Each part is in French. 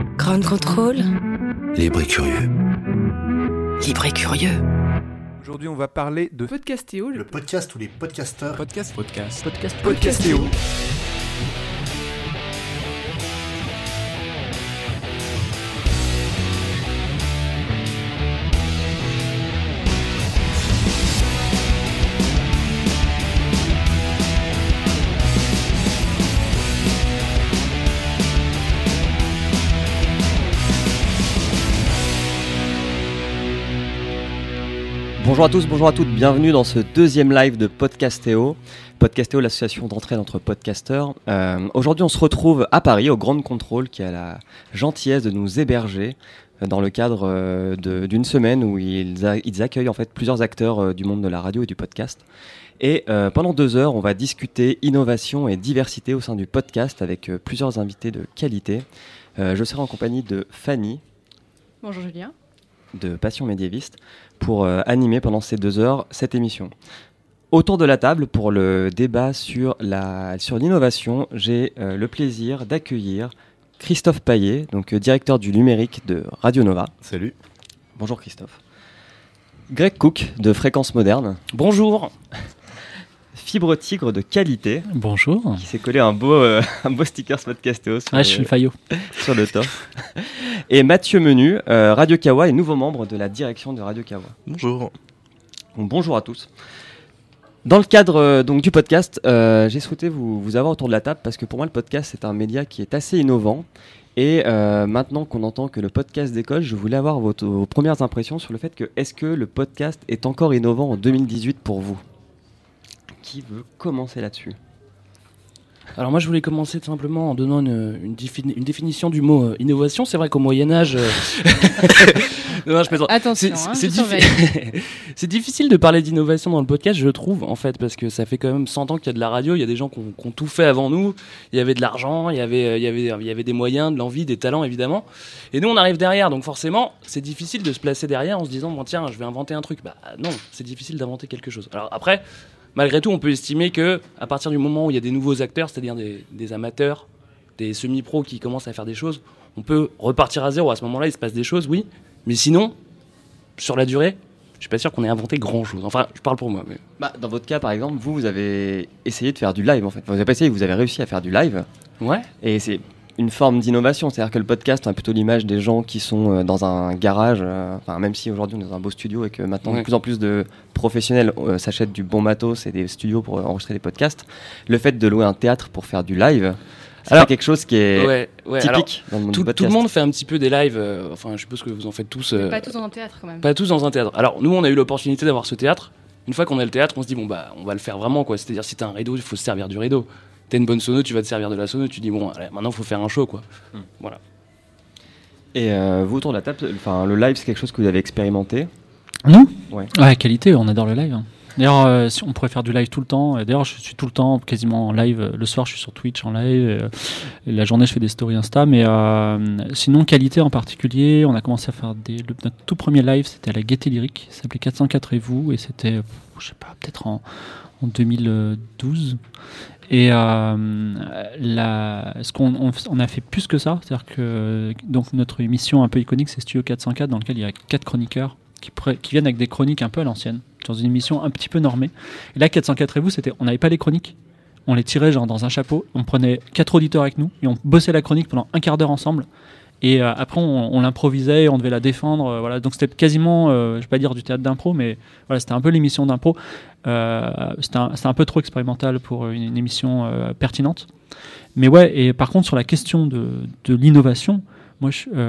Ground Control. Libre et curieux. Libre et curieux. Aujourd'hui, on va parler de Podcastéo, le podcast où les podcasteurs Podcastéo. Bonjour à tous, bonjour à toutes, bienvenue dans ce deuxième live de Podcastéo. Podcastéo, l'association d'entraide entre podcasteurs. Aujourd'hui, on se retrouve à Paris, au Ground Control, qui a la gentillesse de nous héberger dans le cadre d'une semaine où ils accueillent en fait plusieurs acteurs du monde de la radio et du podcast. Et pendant 2 heures, on va discuter innovation et diversité au sein du podcast avec plusieurs invités de qualité. Je serai en compagnie de Fanny. Bonjour Julien. De Passion médiéviste pour animer pendant ces 2 heures cette émission. Autour de la table pour le débat sur l'innovation, j'ai le plaisir d'accueillir Christophe Paillet, donc directeur du numérique de Radio Nova. Salut. Bonjour Christophe. Greg Cook de Fréquence Moderne. Bonjour. Fibre Tigre de qualité. Bonjour. Qui s'est collé un beau sticker Podcastéo sur, je suis le faillot. Sur le top. Et Mathieu Menu, Radio Kawa et nouveau membre de la direction de Radio Kawa. Bonjour. Donc, bonjour à tous. Dans le cadre donc du podcast, j'ai souhaité vous avoir autour de la table parce que pour moi le podcast c'est un média qui est assez innovant. Et maintenant qu'on entend que le podcast décolle, je voulais avoir vos premières impressions sur le fait que est-ce que le podcast est encore innovant en 2018 pour vous ? Qui veut commencer là-dessus ? Alors moi je voulais commencer tout simplement en donnant une définition du mot innovation. C'est vrai qu'au Moyen-Âge... non, je plaisante. Attention, c'est difficile de parler d'innovation dans le podcast, je trouve, en fait, parce que ça fait quand même 100 ans qu'il y a de la radio, il y a des gens qui ont tout fait avant nous, il y avait de l'argent, il y avait des moyens, de l'envie, des talents, évidemment. Et nous, on arrive derrière, donc forcément, c'est difficile de se placer derrière en se disant, bon tiens, je vais inventer un truc. Bah non, c'est difficile d'inventer quelque chose. Alors après... Malgré tout, on peut estimer que à partir du moment où il y a des nouveaux acteurs, c'est-à-dire des amateurs, des semi-pros qui commencent à faire des choses, on peut repartir à zéro. À ce moment-là, il se passe des choses, oui. Mais sinon, sur la durée, je suis pas sûr qu'on ait inventé grand-chose. Enfin, je parle pour moi. Mais... dans votre cas, par exemple, vous avez essayé de faire du live, en fait. Vous avez pas essayé, vous avez réussi à faire du live. Ouais. Et c'est une forme d'innovation. C'est-à-dire que le podcast a plutôt l'image des gens qui sont dans un garage. Même si aujourd'hui, on est dans un beau studio et que maintenant, de plus en plus de professionnels s'achètent du bon matos et des studios pour enregistrer des podcasts. Le fait de louer un théâtre pour faire du live, c'est quelque chose qui est typique dans le monde du podcast. Tout le monde fait un petit peu des lives. Je suppose que vous en faites tous. Pas tous dans un théâtre quand même. Pas tous dans un théâtre. Alors nous, on a eu l'opportunité d'avoir ce théâtre. Une fois qu'on a le théâtre, on se dit on va le faire vraiment quoi. C'est-à-dire si t'as un rideau, il faut se servir du rideau. T'as une bonne sono, tu vas te servir de la sono. Tu dis allez, maintenant il faut faire un show quoi. Voilà. Et vous autour de la table, le live c'est quelque chose que vous avez expérimenté? Nous ? Ouais, qualité, on adore le live. D'ailleurs, on pourrait faire du live tout le temps. D'ailleurs, je suis tout le temps quasiment en live. Le soir, je suis sur Twitch en live. La journée, je fais des stories Insta. Mais sinon, qualité en particulier, on a commencé à faire notre tout premier live, c'était à la Gaîté Lyrique. Ça s'appelait 404 et vous. Et c'était, je sais pas, peut-être en 2012. Et on a fait plus que ça. C'est-à-dire que donc, notre émission un peu iconique, c'est Studio 404, dans lequel il y a 4 chroniqueurs qui viennent avec des chroniques un peu à l'ancienne, dans une émission un petit peu normée. Et là, 404 et vous, on n'avait pas les chroniques. On les tirait dans un chapeau, on prenait 4 auditeurs avec nous, et on bossait la chronique pendant un quart d'heure ensemble. Et après, on l'improvisait, on devait la défendre. Voilà. Donc c'était quasiment, je ne vais pas dire du théâtre d'impro, mais voilà, c'était un peu l'émission d'impro. C'était un peu trop expérimental pour une émission pertinente. Mais ouais, et par contre, sur la question de l'innovation, moi,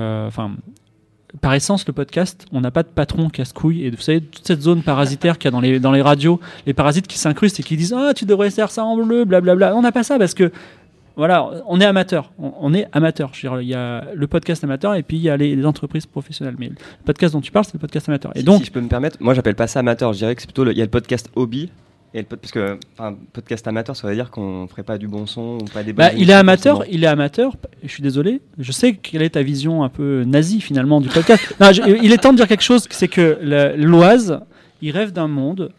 par essence, le podcast, on n'a pas de patron casse-couille. Et vous savez, toute cette zone parasitaire qu'il y a dans les radios, les parasites qui s'incrustent et qui disent « Ah, tu devrais faire ça en bleu, blablabla ». On n'a pas ça parce que, voilà, on est amateur. On est amateur. Je veux dire, il y a le podcast amateur et puis il y a les entreprises professionnelles. Mais le podcast dont tu parles, c'est le podcast amateur. Et donc, si je peux me permettre, moi, j'appelle pas ça amateur. Je dirais que c'est plutôt il y a le podcast hobby. Parce que podcast amateur, ça veut dire qu'on ferait pas du bon son ou pas des bonnes il est amateur. Je suis désolé. Je sais quelle est ta vision un peu nazie finalement du podcast. Il est temps de dire quelque chose. C'est que l'Oise, il rêve d'un monde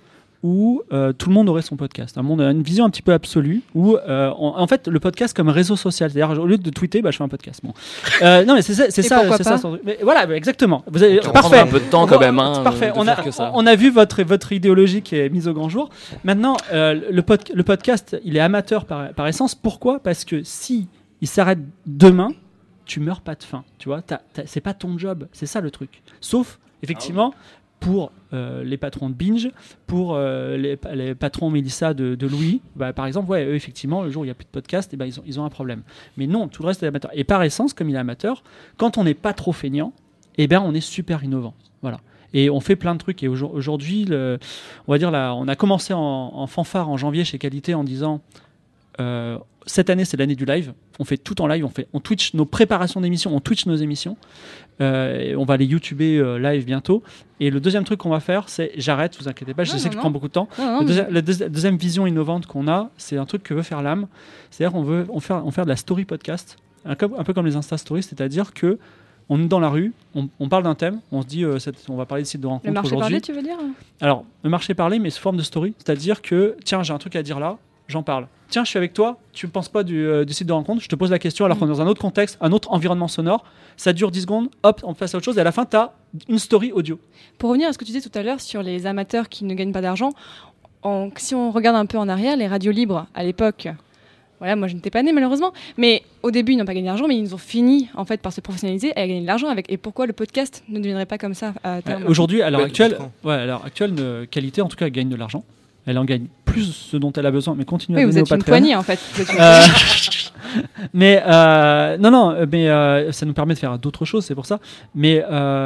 où tout le monde aurait son podcast. Une vision un petit peu absolue où, en fait, le podcast comme réseau social. C'est-à-dire, au lieu de tweeter, je fais un podcast. Bon. Non, mais c'est ça. Pourquoi c'est pas ça. Mais voilà, exactement. Vous avez, Ça parfait. prendra un peu de temps quand même. C'est parfait. On a vu votre idéologie qui est mise au grand jour. Maintenant, le podcast, il est amateur par essence. Pourquoi ? Parce que si il s'arrête demain, tu meurs pas de faim. Tu vois, c'est pas ton job. C'est ça le truc. Sauf, effectivement, pour les patrons de Binge, pour les patrons Mélissa de Louis, par exemple, eux, effectivement, le jour où il n'y a plus de podcast, ils ont un problème. Mais non, tout le reste est amateur. Et par essence, comme il est amateur, quand on n'est pas trop feignant, on est super innovant. Voilà. Et on fait plein de trucs. Et aujourd'hui, on va dire on a commencé en fanfare en janvier chez Qualité en disant cette année, c'est l'année du live. On fait tout en live. On Twitch nos préparations d'émissions, on Twitch nos émissions. Et on va les YouTuber live bientôt. Et le deuxième truc qu'on va faire, c'est j'arrête, vous inquiétez pas, je sais que je prends beaucoup de temps. La deuxième vision innovante qu'on a, c'est un truc que veut faire l'âme. C'est-à-dire on fait de la story podcast, un peu comme les Insta Stories, c'est-à-dire que on est dans la rue, on parle d'un thème, on se dit on va parler de site de rencontre aujourd'hui. Le marché parlé, tu veux dire ? Alors, le marché parlé, mais sous forme de story, c'est-à-dire que tiens, j'ai un truc à dire là, j'en parle. Tiens, je suis avec toi, tu ne penses pas du site de rencontre, je te pose la question alors qu'on est dans un autre contexte, un autre environnement sonore, ça dure 10 secondes, hop, on passe à autre chose et à la fin, tu as une story audio. Pour revenir à ce que tu disais tout à l'heure sur les amateurs qui ne gagnent pas d'argent, si on regarde un peu en arrière, les radios libres à l'époque, voilà, moi je n'étais pas née malheureusement, mais au début ils n'ont pas gagné d'argent, mais ils ont fini en fait par se professionnaliser et à gagner de l'argent avec. Et pourquoi le podcast ne deviendrait pas comme ça à terme ? Aujourd'hui, à l'heure actuelle, Qualité en tout cas gagne de l'argent. Elle en gagne plus ce dont elle a besoin, mais continue à donner au Patreon. Vous êtes une poignée en fait. Mais ça nous permet de faire d'autres choses, c'est pour ça. Mais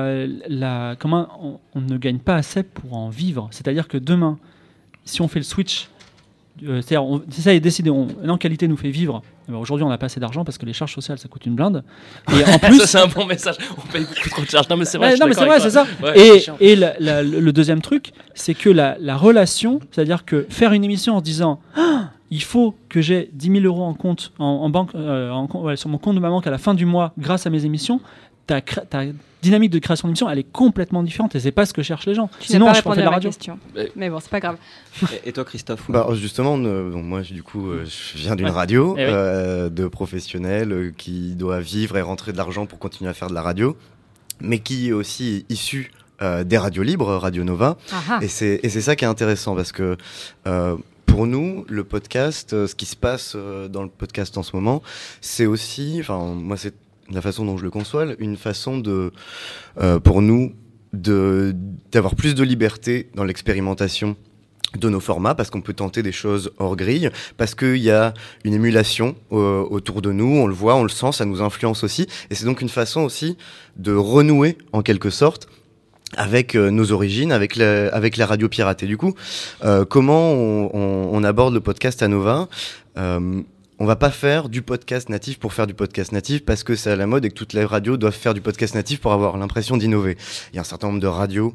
comment on ne gagne pas assez pour en vivre. C'est-à-dire que demain, si on fait le switch, c'est ça est décidé. Qualité nous fait vivre. Aujourd'hui, on n'a pas assez d'argent parce que les charges sociales, ça coûte une blinde. Et en plus, ça c'est un bon message. On paye beaucoup trop de charges. Non mais c'est vrai. C'est ça. Ouais, et le deuxième truc, c'est que la relation, c'est-à-dire que faire une émission en se disant il faut que j'ai 10 000 euros en compte, en banque, sur mon compte de ma banque à la fin du mois grâce à mes émissions, ta dynamique de création d'émission, elle est complètement différente et c'est pas ce que cherchent les gens. Sinon, je ferais de la radio. Mais bon, c'est pas grave. Et toi, Christophe ? Justement, moi, du coup, je viens d'une radio de professionnels qui doit vivre et rentrer de l'argent pour continuer à faire de la radio, mais qui est aussi issu des radios libres, Radio Nova. Et c'est ça qui est intéressant parce que pour nous, le podcast, ce qui se passe dans le podcast en ce moment, c'est aussi, moi, c'est la façon dont je le conçois, une façon pour nous d'avoir plus de liberté dans l'expérimentation de nos formats, parce qu'on peut tenter des choses hors grille, parce qu'il y a une émulation autour de nous, on le voit, on le sent, ça nous influence aussi, et c'est donc une façon aussi de renouer, en quelque sorte, avec nos origines, avec la radio piratée. Du coup, comment on aborde le podcast à Nova ? On va pas faire du podcast natif pour faire du podcast natif parce que c'est à la mode et que toutes les radios doivent faire du podcast natif pour avoir l'impression d'innover. Il y a un certain nombre de radios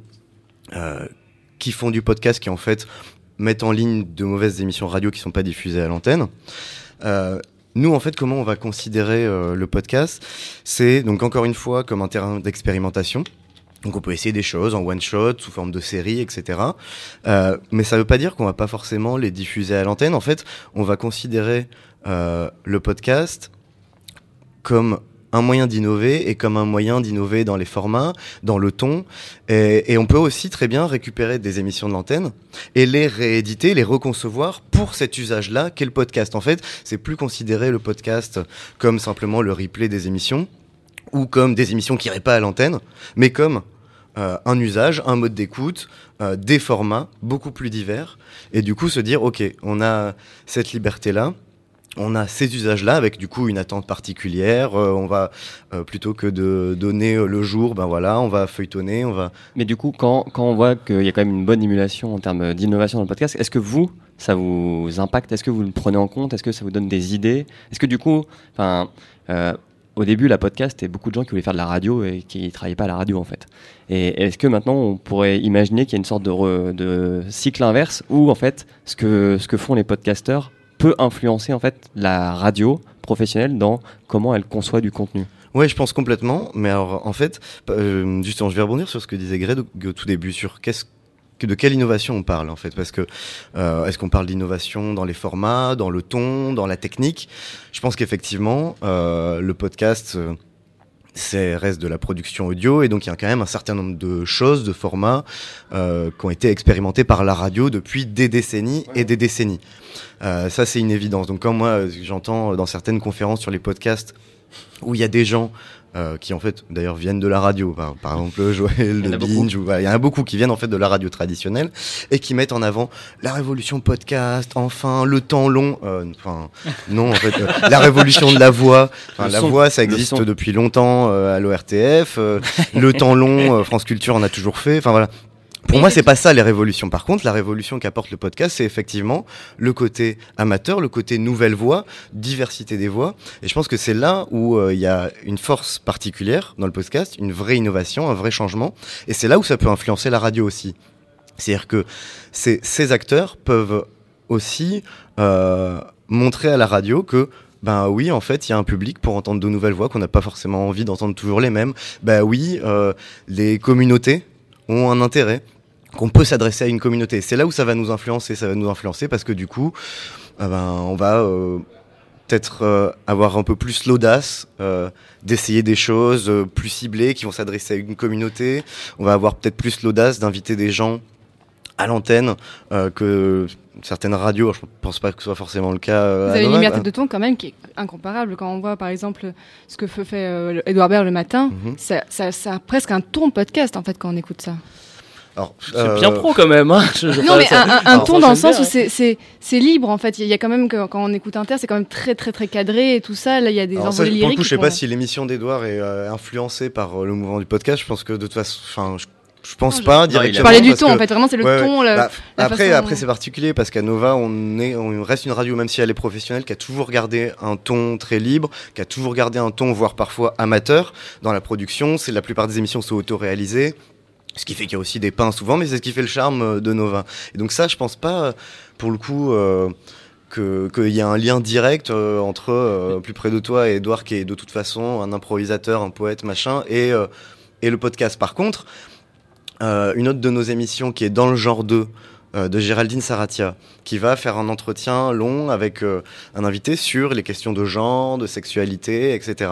qui font du podcast qui en fait mettent en ligne de mauvaises émissions radio qui sont pas diffusées à l'antenne. Nous, en fait, comment on va considérer le podcast ? C'est donc encore une fois comme un terrain d'expérimentation. Donc on peut essayer des choses en one-shot, sous forme de série, etc. Mais ça veut pas dire qu'on va pas forcément les diffuser à l'antenne. En fait, on va considérer le podcast comme un moyen d'innover et comme un moyen d'innover dans les formats, dans le ton. Et on peut aussi très bien récupérer des émissions de l'antenne et les rééditer, les reconcevoir pour cet usage-là qu'est le podcast. En fait, c'est plus considérer le podcast comme simplement le replay des émissions ou comme des émissions qui iraient pas à l'antenne, mais comme un usage, un mode d'écoute, des formats beaucoup plus divers. Et du coup, se dire, OK, on a cette liberté-là, on a ces usages-là avec du coup une attente particulière. On va plutôt que de donner le jour, on va feuilletonner, on va. Mais du coup, quand on voit qu'il y a quand même une bonne émulation en termes d'innovation dans le podcast, est-ce que ça vous impacte ? Est-ce que vous le prenez en compte ? Est-ce que ça vous donne des idées ? Est-ce que du coup, au début, la podcast, et beaucoup de gens qui voulaient faire de la radio et qui ne travaillaient pas à la radio, en fait. Et est-ce que maintenant, on pourrait imaginer qu'il y a une sorte de cycle inverse où, en fait, ce que font les podcasteurs peut influencer, en fait, la radio professionnelle dans comment elle conçoit du contenu ? Ouais, je pense complètement. Mais alors, en fait, justement, je vais rebondir sur ce que disait Greg au tout début, sur qu'est-ce de quelle innovation on parle en fait, parce que est-ce qu'on parle d'innovation dans les formats, dans le ton, dans la technique? Je pense qu'effectivement, le podcast reste de la production audio, et donc il y a quand même un certain nombre de choses, de formats qui ont été expérimentés par la radio depuis des décennies et des décennies. Ça, c'est une évidence. Donc quand moi, j'entends dans certaines conférences sur les podcasts où il y a des gens qui en fait d'ailleurs viennent de la radio, par exemple Joël de Binge, il y en a beaucoup qui viennent en fait de la radio traditionnelle et qui mettent en avant la révolution podcast, enfin le temps long, non en fait la révolution de la voix, la voix ça existe depuis longtemps à l'ORTF, le temps long France Culture en a toujours fait, enfin voilà. Pour moi, c'est pas ça les révolutions. Par contre, la révolution qu'apporte le podcast, c'est effectivement le côté amateur, le côté nouvelle voix, diversité des voix. Et je pense que c'est là où il y a une force particulière dans le podcast, une vraie innovation, un vrai changement. Et c'est là où ça peut influencer la radio aussi. C'est-à-dire que ces acteurs peuvent aussi montrer à la radio que oui, en fait, il y a un public pour entendre de nouvelles voix, qu'on n'a pas forcément envie d'entendre toujours les mêmes. Oui, les communautés ont un intérêt, qu'on peut s'adresser à une communauté. C'est là où ça va nous influencer. Ça va nous influencer parce que du coup, on va peut-être avoir un peu plus l'audace d'essayer des choses plus ciblées qui vont s'adresser à une communauté. On va avoir peut-être plus l'audace d'inviter des gens à l'antenne que certaines radios. Je pense pas que ce soit forcément le cas. Vous avez une liberté de ton quand même qui est incomparable. Quand on voit par exemple ce que fait Edouard Baird le matin, ça a presque un ton podcast en fait quand on écoute ça. Alors, c'est bien pro quand même. Hein. Non mais un ton dans le sens où c'est libre en fait. Il y a quand même quand on écoute Inter, c'est quand même très très très cadré et tout ça. Là il y a des envolées lyriques. Pour le coup, je sais pas si l'émission d'Edouard est influencée par le mouvement du podcast. Je pense que de toute façon, je pense pas directement. Je parlais du ton en fait. Vraiment c'est le ton. Après c'est particulier parce qu'à Nova on reste une radio, même si elle est professionnelle, qui a toujours gardé un ton très libre, qui a toujours gardé un ton voire parfois amateur dans la production. C'est la plupart des émissions sont auto-réalisées. Ce qui fait qu'il y a aussi des pains souvent, mais c'est ce qui fait le charme de Nova. Et donc ça, je pense pas, pour le coup, qu'il y a un lien direct entre Plus près de toi et Edouard, qui est de toute façon un improvisateur, un poète, machin, et le podcast. Par contre, une autre de nos émissions qui est dans le genre 2, de Géraldine Saratia, qui va faire un entretien long avec un invité sur les questions de genre, de sexualité, etc.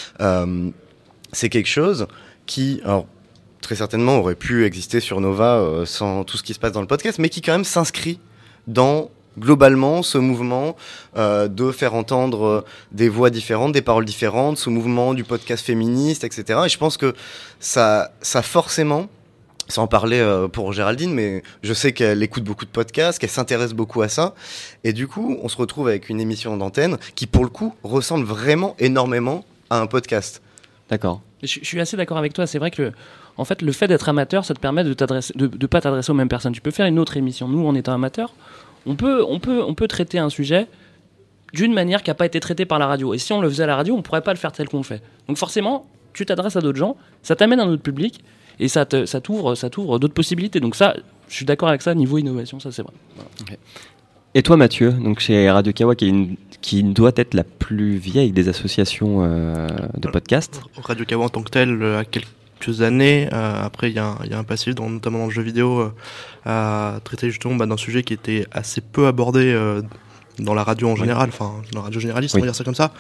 C'est quelque chose qui... Alors, très certainement aurait pu exister sur Nova sans tout ce qui se passe dans le podcast, mais qui quand même s'inscrit dans globalement ce mouvement de faire entendre des voix différentes, des paroles différentes, ce mouvement du podcast féministe, etc. Et je pense que ça forcément, sans parler pour Géraldine, mais je sais qu'elle écoute beaucoup de podcasts, qu'elle s'intéresse beaucoup à ça, et du coup on se retrouve avec une émission d'antenne qui pour le coup ressemble vraiment énormément à un podcast. D'accord. Je suis assez d'accord avec toi, c'est vrai que en fait, le fait d'être amateur, ça te permet de pas t'adresser aux mêmes personnes. Tu peux faire une autre émission. Nous, en étant amateur, on peut traiter un sujet d'une manière qui n'a pas été traitée par la radio. Et si on le faisait à la radio, on ne pourrait pas le faire tel qu'on le fait. Donc forcément, tu t'adresses à d'autres gens, ça t'amène à un autre public, et ça t'ouvre d'autres possibilités. Donc ça, je suis d'accord avec ça, niveau innovation, ça c'est vrai. Voilà. Okay. Et toi Mathieu, donc chez Radio Kawa, qui doit être la plus vieille des associations de podcasts. Radio Kawa en tant que telle a quelques années, après il y a un passif notamment dans le jeu vidéo à traiter justement d'un sujet qui était assez peu abordé dans la radio en général, enfin dans la radio généraliste, on va dire ça comme ça.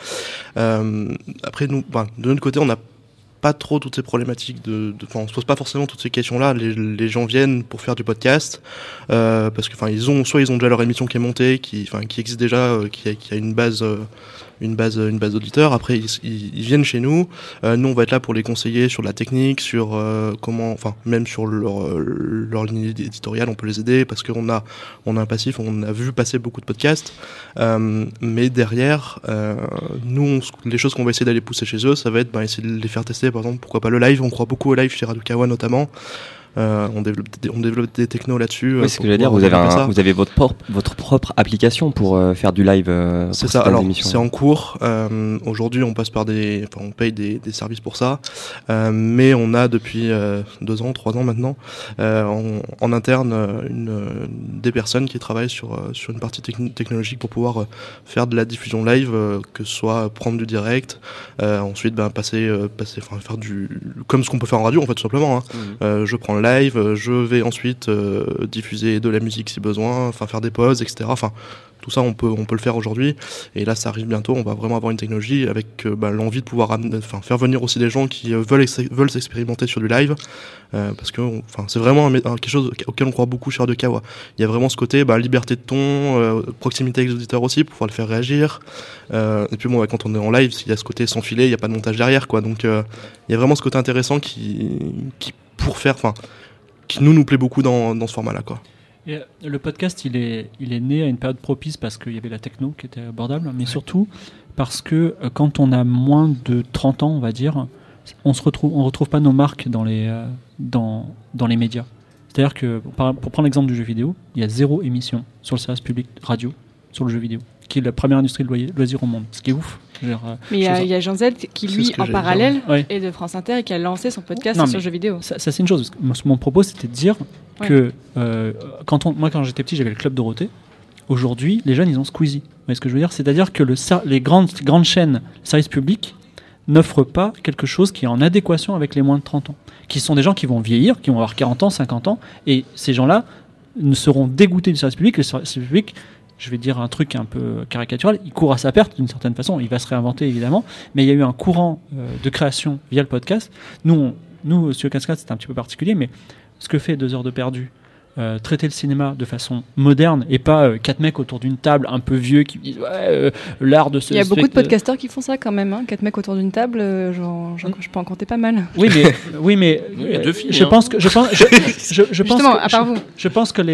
Après nous, de notre côté, on n'a pas trop toutes ces problématiques on se pose pas forcément toutes ces questions-là. Les gens viennent pour faire du podcast parce que ils ont déjà leur émission qui est montée, qui existe déjà, qui a une base d'auditeurs. Après ils viennent chez nous. Nous on va être là pour les conseiller sur la technique, sur même sur leur ligne éditoriale, on peut les aider parce qu'on a un passif, on a vu passer beaucoup de podcasts. Mais derrière, nous les choses qu'on va essayer d'aller pousser chez eux, ça va être essayer de les faire tester. Par exemple, pourquoi pas le live, on croit beaucoup au live chez Radio Kawa notamment. On développe des technos là-dessus. Oui, c'est ce que je veux dire. Vous avez votre propre application pour faire du live. C'est ça. Alors, c'est en cours. Aujourd'hui, on passe par on paye des services pour ça. Mais on a depuis 2 ans, 3 ans maintenant, en interne, des personnes qui travaillent sur une partie technologique pour pouvoir faire de la diffusion live, que ce soit prendre du direct, ensuite faire comme ce qu'on peut faire en radio, en fait, tout simplement. Hein. Je prends le live, je vais ensuite diffuser de la musique si besoin, enfin faire des pauses, etc. Enfin, tout ça, on peut le faire aujourd'hui. Et là, ça arrive bientôt. On va vraiment avoir une technologie avec l'envie de pouvoir faire venir aussi des gens qui veulent s'expérimenter sur du live. Parce que c'est vraiment quelque chose auquel on croit beaucoup chez Radio Kawa. Il y a vraiment ce côté liberté de ton, proximité avec les auditeurs aussi, pour pouvoir le faire réagir. Et puis quand on est en live, il y a ce côté sans filet, il n'y a pas de montage derrière, quoi. Donc il y a vraiment ce côté intéressant qui nous plaît beaucoup dans ce format-là, quoi. Et le podcast, il est né à une période propice parce qu'il y avait la techno qui était abordable, mais surtout parce que quand on a moins de 30 ans, on va dire, on retrouve pas nos marques dans les médias. C'est-à-dire que, pour prendre l'exemple du jeu vidéo, il y a 0 émission sur le service public radio sur le jeu vidéo, qui est la première industrie de loisirs au monde, ce qui est ouf. Mais il y a Jean Z qui, lui, en parallèle, est de France Inter et qui a lancé son podcast sur le jeu vidéo. Ça, c'est une chose. Mon propos, c'était de dire que quand j'étais petit, j'avais le Club Dorothée. Aujourd'hui, les jeunes, ils ont Squeezie. Vous voyez ce que je veux dire ? C'est-à-dire que les grandes chaînes service public n'offrent pas quelque chose qui est en adéquation avec les moins de 30 ans. Qui sont des gens qui vont vieillir, qui vont avoir 40 ans, 50 ans, et ces gens-là ne seront dégoûtés du service public. Le service public, je vais dire un truc un peu caricatural, il court à sa perte d'une certaine façon, il va se réinventer évidemment, mais il y a eu un courant de création via le podcast. Nous sur Cascade, c'est un petit peu particulier, mais ce que fait 2 heures de perdu, traiter le cinéma de façon moderne et pas 4 mecs autour d'une table un peu vieux qui disent l'art de ce... Il y a beaucoup de podcasteurs qui font ça quand même, 4 mecs autour d'une table, je peux en compter pas mal. Oui, mais il y a 2 filles. Je pense que justement, à part vous. Je pense que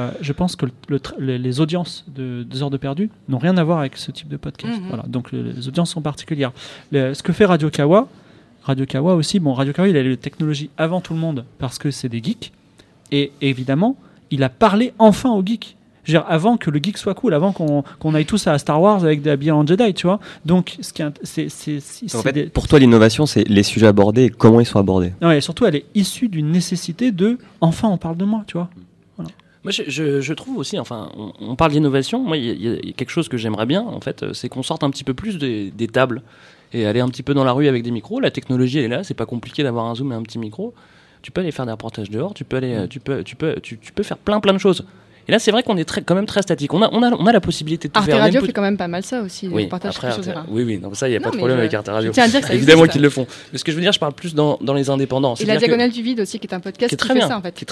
les audiences de 2 heures de perdu n'ont rien à voir avec ce type de podcast. Voilà, donc les audiences sont particulières. Ce que fait Radio Kawa aussi, Radio Kawa, il a les technologies avant tout le monde parce que c'est des geeks. Et évidemment, il a parlé enfin aux geeks. Je veux dire, avant que le geek soit cool, avant qu'on aille tous à Star Wars avec des habillés en Jedi, tu vois. Donc, pour toi, l'innovation, c'est les sujets abordés et comment ils sont abordés. Non, et surtout, elle est issue d'une nécessité de enfin, on parle de moi, tu vois. Voilà. Moi, je trouve aussi, on parle d'innovation. Moi, il y a quelque chose que j'aimerais bien, en fait, c'est qu'on sorte un petit peu plus des tables et aller un petit peu dans la rue avec des micros. La technologie, elle est là. C'est pas compliqué d'avoir un zoom et un petit micro. Tu peux aller faire des reportages dehors, tu peux faire plein de choses. Et là, c'est vrai qu'on est quand même très statique. On a la possibilité de tout Arte faire. Radio fait quand même pas mal ça aussi, les reportages sur terrain. Oui, non, ça, il n'y a pas de problème avec Arte Radio. Tiens à dire que ça évidemment existe. qu'ils le font. Mais ce que je veux dire, je parle plus dans les indépendants. Et La Diagonale du Vide aussi, qui est un podcast qui fait ça, en fait.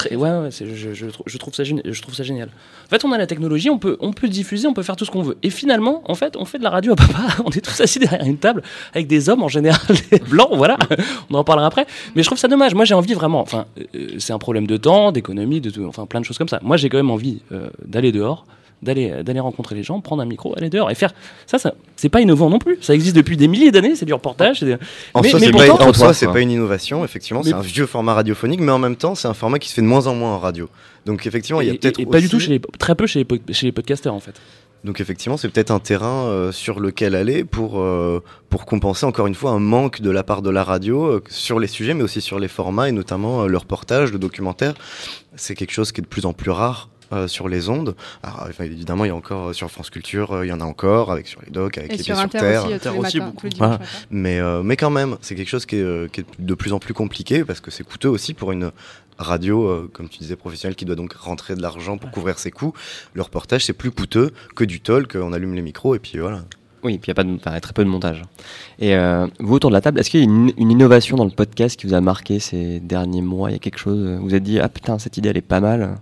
Je trouve ça génial. En fait, on a la technologie, on peut diffuser, on peut faire tout ce qu'on veut. Et finalement, en fait, on fait de la radio à papa. On est tous assis derrière une table avec des hommes, en général, des blancs, voilà. On en parlera après. Mais je trouve ça dommage. Moi, j'ai envie vraiment, c'est un problème de temps, d'économie, de tout, plein de choses comme ça. Moi, j'ai quand même envie d'aller dehors, d'aller rencontrer les gens, prendre un micro, aller dehors et faire ça c'est pas innovant non plus, ça existe depuis des milliers d'années, c'est du reportage, en soi c'est pas une innovation, effectivement, c'est un vieux format radiophonique, mais en même temps c'est un format qui se fait de moins en moins en radio, donc effectivement il y a peut-être pas du tout très peu chez les podcasteurs en fait. Donc effectivement, c'est peut-être un terrain sur lequel aller pour compenser encore une fois un manque de la part de la radio sur les sujets, mais aussi sur les formats et notamment le reportage, le documentaire. C'est quelque chose qui est de plus en plus rare sur les ondes. Alors, évidemment, il y a encore sur France Culture, il y en a encore avec sur les docs, avec et les sur pieds sur terre. Inter aussi beaucoup. Voilà. Mais quand même, c'est quelque chose qui est de plus en plus compliqué parce que c'est coûteux aussi pour une radio, comme tu disais, professionnelle, qui doit donc rentrer de l'argent pour couvrir ses coûts. Le reportage, c'est plus coûteux que du talk, on allume les micros et puis voilà. Oui, puis il y a très peu de montage. Et vous, autour de la table, est-ce qu'il y a une innovation dans le podcast qui vous a marqué ces derniers mois ? Il y a quelque chose, vous vous êtes dit, ah putain, cette idée, elle est pas mal.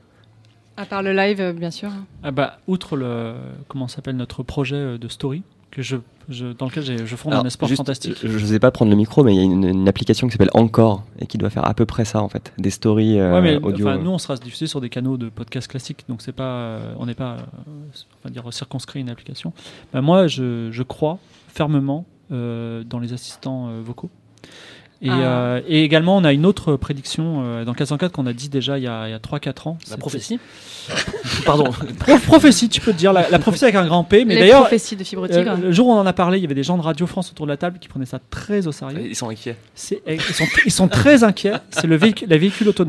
À part le live, bien sûr. Outre comment s'appelle notre projet de story, dans lequel je fonde un espoir fantastique. Je ne sais pas prendre le micro, mais il y a une application qui s'appelle Encore et qui doit faire à peu près ça en fait, des stories audio. Nous, on sera diffusé sur des canaux de podcast classiques, donc on n'est pas, on va dire, circonscrit à une application. Moi, je crois fermement dans les assistants vocaux. Et également, on a une autre prédiction dans 404 qu'on a dit déjà il y a 3-4 ans. La prophétie. Pardon. Prophétie, tu peux te dire. La prophétie avec un grand P. Mais les d'ailleurs, prophéties de Fibre Tigre. Le jour où on en a parlé, il y avait des gens de Radio France autour de la table qui prenaient ça très au sérieux. Ils sont inquiets. Ils sont très inquiets. C'est la véhicule autonome.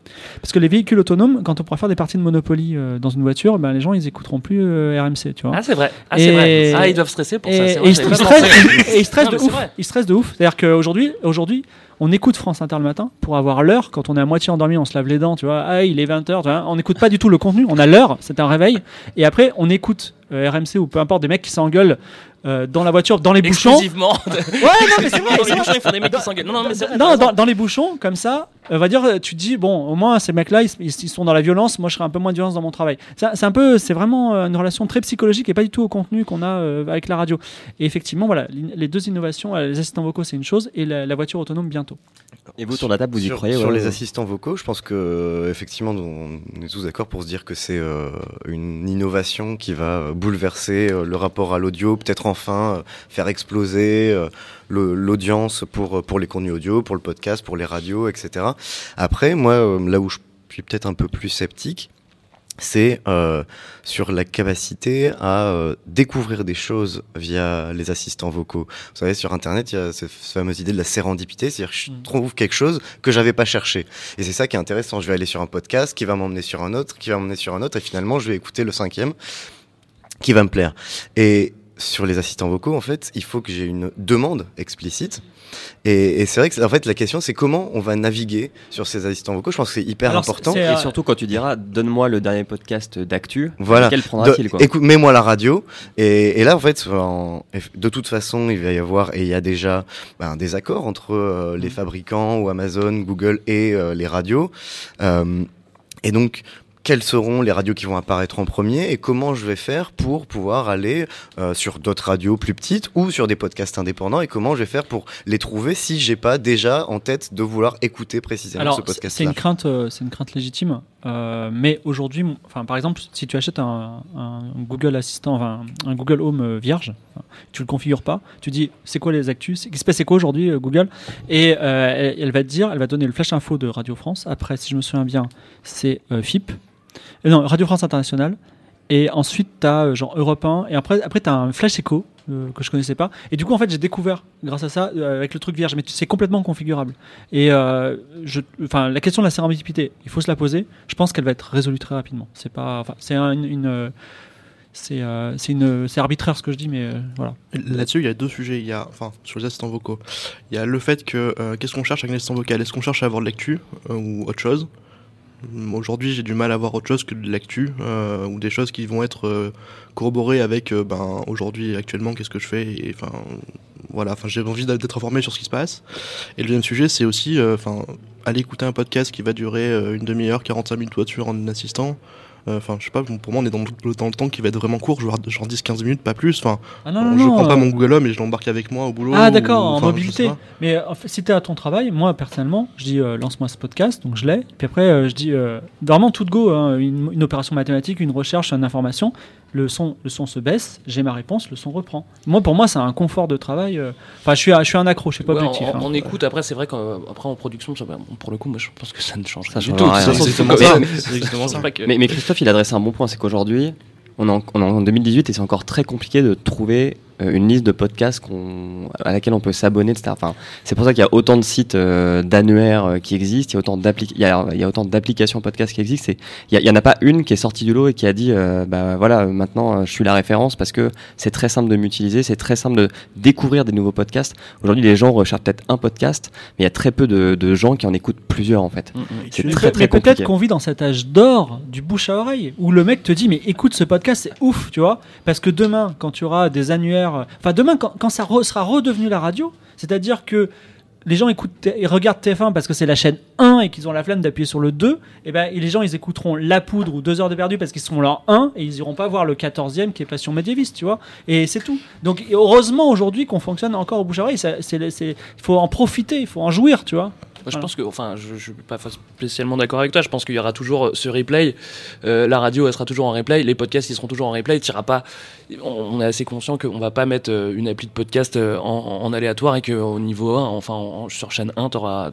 Parce que les véhicules autonomes, quand on pourra faire des parties de Monopoly dans une voiture, ben, les gens ils écouteront plus RMC, tu vois. Ah c'est vrai. C'est vrai. Ah ils doivent stresser pour ça. Et ils stressent de ouf. Ils stressent de ouf. C'est-à-dire qu'aujourd'hui, on écoute France Inter le matin pour avoir l'heure. Quand on est à moitié endormi, on se lave les dents, tu vois. Ah, il est 20h, tu vois. On n'écoute pas du tout le contenu. On a l'heure, c'est un réveil. Et après, on écoute RMC ou peu importe, des mecs qui s'engueulent dans la voiture, dans les bouchons. Exclusivement. Ouais, non, mais c'est vrai. Dans les bouchons, ils font des mecs qui s'engueulent. Non, mais c'est vrai. Non, dans les bouchons, comme ça, on va dire, tu te dis, bon, au moins, ces mecs-là, ils sont dans la violence. Moi, je serai un peu moins de violence dans mon travail. C'est vraiment une relation très psychologique et pas du tout au contenu qu'on a avec la radio. Et effectivement, voilà, les deux innovations, les assistants vocaux, c'est une chose, et la voiture autonome bientôt. Et vous, sur la table, vous y croyez? Sur les assistants vocaux, je pense que effectivement, on est tous d'accord pour se dire que c'est une innovation qui va bouleverser le rapport à l'audio, peut-être enfin faire exploser l'audience pour les contenus audio, pour le podcast, pour les radios, etc. Après, moi, là où je suis peut-être un peu plus sceptique, c'est sur la capacité à découvrir des choses via les assistants vocaux. Vous savez, sur Internet, il y a cette fameuse idée de la sérendipité, c'est-à-dire que je trouve quelque chose que j'avais pas cherché. Et c'est ça qui est intéressant. Je vais aller sur un podcast qui va m'emmener sur un autre, qui va m'emmener sur un autre, et finalement, je vais écouter le 5e qui va me plaire. Et sur les assistants vocaux, en fait, il faut que j'ai une demande explicite. Et c'est vrai que en fait, la question, c'est comment on va naviguer sur ces assistants vocaux. Je pense que c'est hyper important. Et surtout quand tu diras, donne-moi le dernier podcast d'actu, voilà. Lequel prendra-t-il, quoi. Écoute, mets-moi la radio. Et là, en fait, de toute façon, il va y avoir, et il y a déjà des accords entre les fabricants ou Amazon, Google et les radios. Et donc, quelles seront les radios qui vont apparaître en premier et comment je vais faire pour pouvoir aller sur d'autres radios plus petites ou sur des podcasts indépendants et comment je vais faire pour les trouver si j'ai pas déjà en tête de vouloir écouter précisément ce podcast-là. C'est une crainte légitime, mais aujourd'hui, par exemple, si tu achètes un Google Assistant, un Google Home vierge, tu le configures pas, tu dis c'est quoi les actus, c'est quoi aujourd'hui Google, et elle va te dire, elle va donner le flash info de Radio France. Après, si je me souviens bien, c'est FIP. Non, Radio France Internationale, et ensuite t'as genre Europe 1, et après t'as un flash écho que je connaissais pas, et du coup en fait j'ai découvert grâce à ça avec le truc vierge, mais c'est complètement configurable. Et la question de la sérendipité, il faut se la poser. Je pense qu'elle va être résolue très rapidement. C'est pas, c'est arbitraire ce que je dis, mais voilà. Là-dessus, il y a deux sujets. Sur les assistants vocaux, il y a le fait que qu'est-ce qu'on cherche avec un assistant vocal? Est-ce qu'on cherche à avoir de l'actu ou autre chose? Aujourd'hui, j'ai du mal à voir autre chose que de l'actu ou des choses qui vont être corroborées avec aujourd'hui, actuellement, qu'est-ce que je fais, et j'ai envie d'être informé sur ce qui se passe. Et le deuxième sujet, c'est aussi aller écouter un podcast qui va durer une demi-heure, 45 minutes voiture en assistant. Je sais pas, pour moi on est dans le temps qui va être vraiment court, genre 10-15 minutes, pas plus. Je prends pas mon Google Home et je l'embarque avec moi au boulot. Ah d'accord, en mobilité. Mais si t'es à ton travail, moi personnellement, je dis lance-moi ce podcast, donc je l'ai. Puis après je dis vraiment tout de go, une opération mathématique, une recherche, une information. Le son se baisse, j'ai ma réponse, le son reprend. Pour moi, c'est un confort de travail. Je suis un accro, je suis pas objectif. On écoute, après, c'est vrai qu'après en production, pour le coup, moi, je pense que ça ne change rien du tout. C'est exactement ça. Mais Christophe, il adresse un bon point, c'est qu'aujourd'hui, on est en 2018 et c'est encore très compliqué de trouver une liste de podcasts à laquelle on peut s'abonner, etc. C'est pour ça qu'il y a autant de sites d'annuaires qui existent, il y a autant d'applications podcasts qui existent. Il y en a pas une qui est sortie du lot et qui a dit maintenant je suis la référence parce que c'est très simple de m'utiliser, c'est très simple de découvrir des nouveaux podcasts. Aujourd'hui, les gens recherchent peut-être un podcast, mais il y a très peu de gens qui en écoutent plusieurs en fait. C'est très très compliqué. Peut-être qu'on vit dans cet âge d'or du bouche à oreille où le mec te dit mais écoute ce podcast, c'est ouf, tu vois, parce que demain quand tu auras des annuaires, demain quand ça sera redevenu la radio, c'est-à-dire que les gens ils regardent TF1 parce que c'est la chaîne 1 et qu'ils ont la flemme d'appuyer sur le 2, et les gens ils écouteront La Poudre ou 2 heures de perdu parce qu'ils sont là 1 et ils iront pas voir le 14e qui est Passion médiéviste, tu vois, et c'est tout. Donc heureusement aujourd'hui qu'on fonctionne encore au bouche à oreille, il faut en profiter, il faut en jouir, tu vois. Je pense que, je suis pas spécialement d'accord avec toi. Je pense qu'il y aura toujours ce replay. La radio, elle sera toujours en replay. Les podcasts, ils seront toujours en replay. On est assez conscient qu'on va pas mettre une appli de podcast en aléatoire et qu'au niveau 1, sur chaîne 1, t'auras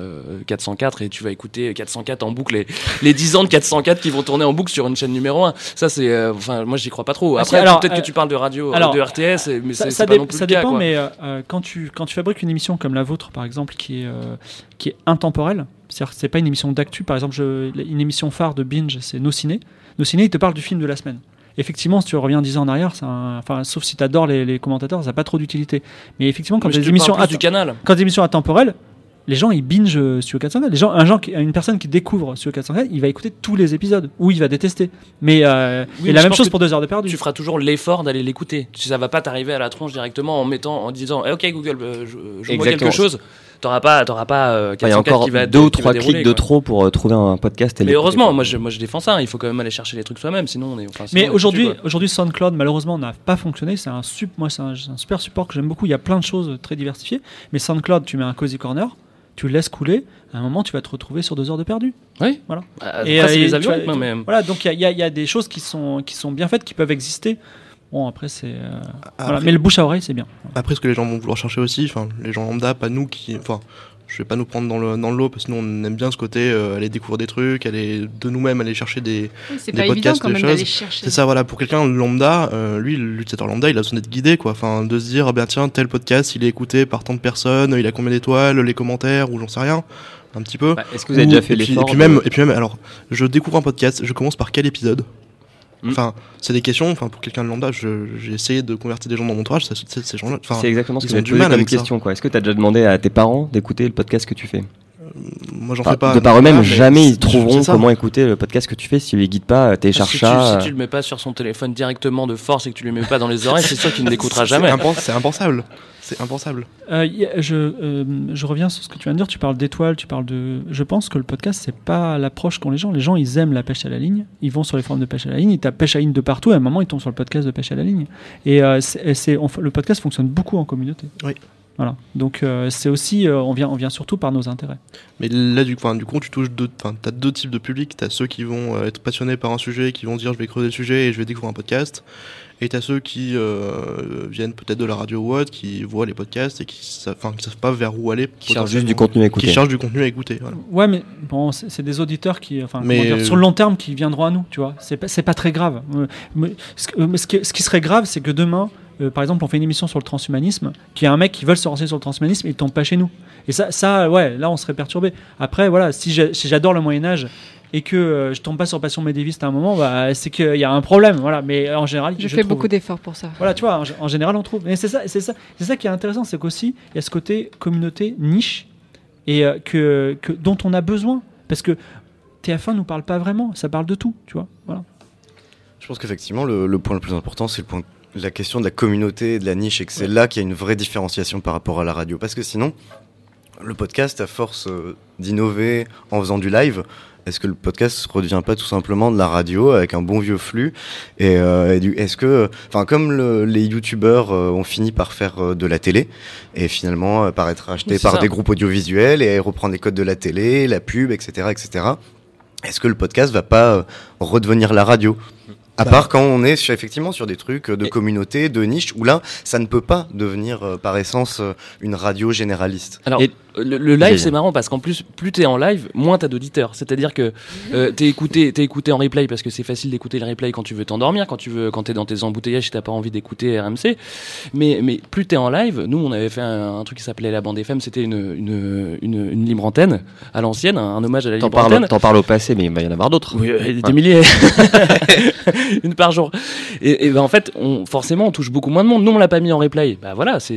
404 et tu vas écouter 404 en boucle. Les 10 ans de 404 qui vont tourner en boucle sur une chaîne numéro 1. Ça, c'est, moi, j'y crois pas trop. Après, peut-être que tu parles de radio, de RTS, mais c'est pas non plus le cas. Ça dépend, mais quand tu fabriques une émission comme la vôtre, par exemple, qui qui est intemporelle. C'est-à-dire que c'est pas une émission d'actu. Par exemple, une émission phare de Binge, c'est Nos Ciné. Nos Ciné, il te parle du film de la semaine. Effectivement, si tu reviens 10 ans en arrière, sauf si tu adores les commentateurs, ça n'a pas trop d'utilité. Mais effectivement, quand des émissions du canal. Quand des émissions intemporelles, les gens ils binge Studio 404. Une personne qui découvre Studio 404, il va écouter tous les épisodes ou il va détester. Mais et la même chose pour 2 heures de perdu. Tu feras toujours l'effort d'aller l'écouter. Ça va pas t'arriver à la tronche directement en disant OK Google, je vois quelque chose. T'auras pas 404 il y a encore 2 ou 3 clics de trop pour trouver un podcast. Mais heureusement, moi je défends ça. Il faut quand même aller chercher les trucs soi-même, sinon on est. Mais aujourd'hui, SoundCloud malheureusement n'a pas fonctionné. C'est un super support que j'aime beaucoup. Il y a plein de choses très diversifiées. Mais SoundCloud, tu mets un cozy corner, tu le laisses couler. À un moment, tu vas te retrouver sur 2 heures de perdu. Oui. Voilà. Et c'est les algorithmes. Voilà. Donc il y a des choses qui sont bien faites, qui peuvent exister. Bon, après, c'est. Voilà. Mais le bouche à oreille, c'est bien. Après, ce que les gens vont vouloir chercher aussi, les gens lambda, pas nous qui. Je vais pas nous prendre dans le lot parce que nous, on aime bien ce côté, aller découvrir des trucs, aller de nous-mêmes aller chercher des podcasts, des choses. C'est ça, voilà. Pour quelqu'un lambda, lui, l'utilisateur lambda, il a besoin d'être guidé, quoi. Enfin, de se dire, tiens, tel podcast, il est écouté par tant de personnes, il a combien d'étoiles, les commentaires, ou j'en sais rien. Un petit peu. Est-ce que vous avez déjà fait l'effort et puis même, alors, je découvre un podcast, je commence par quel épisode? Enfin, c'est des questions. Pour quelqu'un de lambda, j'ai essayé de convertir des gens dans mon entourage. Ces gens-là, c'est exactement ce que j'ai du mal comme question. Est-ce que tu as déjà demandé à tes parents d'écouter le podcast que tu fais? Moi, j'en fais pas. De par eux-mêmes, jamais ils trouveront comment écouter le podcast que tu fais si tu les guides pas. Télécharge ça. Si tu le mets pas sur son téléphone directement de force et que tu le mets pas dans les oreilles, c'est sûr qu'il ne l'écoutera jamais. C'est impensable. C'est impensable. Je reviens sur ce que tu viens de dire. Tu parles d'étoiles, tu parles de. Je pense que le podcast, c'est pas l'approche qu'ont les gens. Les gens, ils aiment la pêche à la ligne. Ils vont sur les forums de pêche à la ligne. Ils tapent pêche à la ligne de partout. Et à un moment, ils tombent sur le podcast de pêche à la ligne. Et le podcast fonctionne beaucoup en communauté. Oui. Voilà. Donc c'est aussi, on vient surtout par nos intérêts. Mais là, du coup, tu touches t'as 2 types de publics. T'as ceux qui vont être passionnés par un sujet, qui vont dire je vais creuser le sujet et je vais découvrir un podcast. Et t'as ceux qui viennent peut-être de la radio ou autre, qui voient les podcasts et qui savent pas vers où aller. Qui cherchent juste du contenu à écouter. Qui cherchent du contenu à écouter. Voilà. Ouais, mais bon, c'est des auditeurs qui, sur le long terme, qui viendront à nous. Tu vois, c'est pas très grave. Ce qui serait grave, c'est que demain, par exemple, on fait une émission sur le transhumanisme, qu'il y a un mec qui veut se renseigner sur le transhumanisme et il tombe pas chez nous. Et ça, ouais, là, on serait perturbé. Après, voilà, si j'adore le Moyen-Âge et que je tombe pas sur Passion médiéviste à un moment, c'est qu'il y a un problème. Voilà. Mais en général, je fais beaucoup d'efforts pour ça. Voilà, tu vois, en général, on trouve. Mais c'est ça qui est intéressant, c'est qu'aussi, il y a ce côté communauté, niche, et dont on a besoin. Parce que TF1 nous parle pas vraiment, ça parle de tout, tu vois. Voilà. Je pense qu'effectivement, le point le plus important, c'est la question de la communauté et de la niche, et que c'est là qu'il y a une vraie différenciation par rapport à la radio. Parce que sinon, le podcast, à force d'innover en faisant du live, est-ce que le podcast ne redevient pas tout simplement de la radio avec un bon vieux flux est-ce que, comme les youtubeurs ont fini par faire de la télé et finalement par être achetés par des groupes audiovisuels et reprendre les codes de la télé, la pub, etc., est-ce que le podcast va pas redevenir la radio ? À part quand on est effectivement sur des trucs de communauté, de niche, où là, ça ne peut pas devenir par essence une radio généraliste. Alors, le live, c'est marrant parce qu'en plus t'es en live, moins t'as d'auditeurs. C'est-à-dire que t'es écouté en replay parce que c'est facile d'écouter le replay quand tu veux t'endormir, quand t'es dans tes embouteillages et t'as pas envie d'écouter RMC. Mais plus t'es en live, nous on avait fait un truc qui s'appelait la bande FM, c'était une libre antenne à l'ancienne, un hommage à la libre antenne. T'en parles au passé, mais il va y en avoir d'autres. Oui, des milliers. Une par jour. Et en fait, forcément, on touche beaucoup moins de monde. Nous, on l'a pas mis en replay. Bah voilà, c'est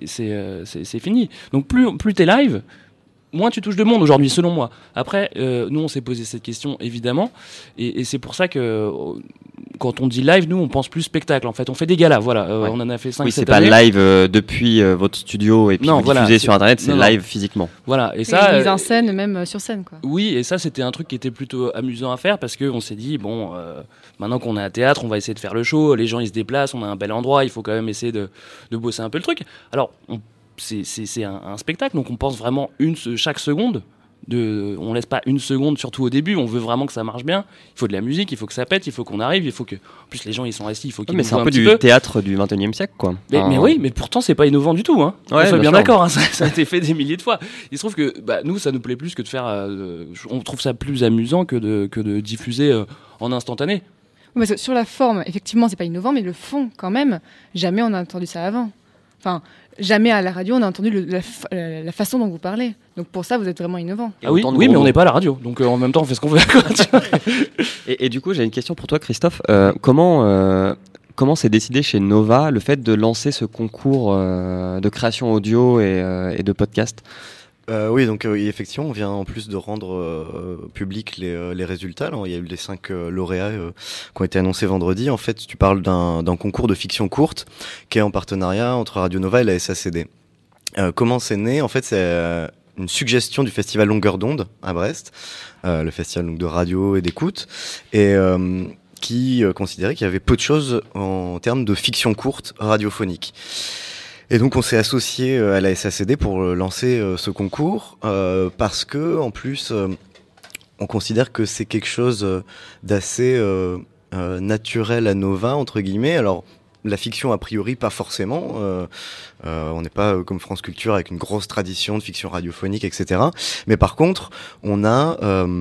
fini. Donc plus t'es live, moins tu touches de monde aujourd'hui, selon moi. Après, nous, on s'est posé cette question, évidemment, et c'est pour ça que quand on dit live, nous, on pense plus spectacle. En fait, on fait des galas. Voilà, on en a fait 5 cette année. Oui, c'est pas live depuis votre studio et puis vous diffusez sur Internet, c'est live physiquement. Voilà, et ça. Mise en scène, même sur scène, quoi. Oui, et ça, c'était un truc qui était plutôt amusant à faire parce qu'on s'est dit, bon, maintenant qu'on est à théâtre, on va essayer de faire le show. Les gens, ils se déplacent, on a un bel endroit, il faut quand même essayer de bosser un peu le truc. Alors, c'est un spectacle, donc on pense vraiment chaque seconde. On laisse pas une seconde, surtout au début. On veut vraiment que ça marche bien. Il faut de la musique, il faut que ça pète, il faut qu'on arrive, il faut que. En plus, les gens ils sont assis, il faut qu'ils. Mais c'est un peu du théâtre du 21e siècle, quoi. Mais oui, mais pourtant c'est pas innovant du tout. Hein. Ouais, on soit bien d'accord. Hein, ça a été fait des milliers de fois. Il se trouve que nous, ça nous plaît plus que de faire. On trouve ça plus amusant que de diffuser en instantané. Parce que sur la forme, effectivement, c'est pas innovant, mais le fond, quand même, jamais on a entendu ça avant. Enfin, jamais à la radio on a entendu la façon dont vous parlez. Donc pour ça, vous êtes vraiment innovant. Ah oui, mais on n'est pas à la radio, donc en même temps on fait ce qu'on veut. Et du coup, j'ai une question pour toi, Christophe. Comment s'est décidé chez Nova le fait de lancer ce concours de création audio et de podcast ? Oui, donc effectivement, on vient en plus de rendre public les résultats. Là, il y a eu les 5 lauréats qui ont été annoncés vendredi. En fait, tu parles d'un concours de fiction courte qui est en partenariat entre Radio Nova et la SACD. Comment c'est né ? En fait, c'est une suggestion du festival Longueur d'onde à Brest, le festival donc, de radio et d'écoute, et qui considérait qu'il y avait peu de choses en termes de fiction courte radiophonique. Et donc on s'est associé à la SACD pour lancer ce concours parce que en plus on considère que c'est quelque chose d'assez naturel à Nova entre guillemets. Alors la fiction a priori pas forcément, on n'est pas comme France Culture avec une grosse tradition de fiction radiophonique, etc. Mais par contre on a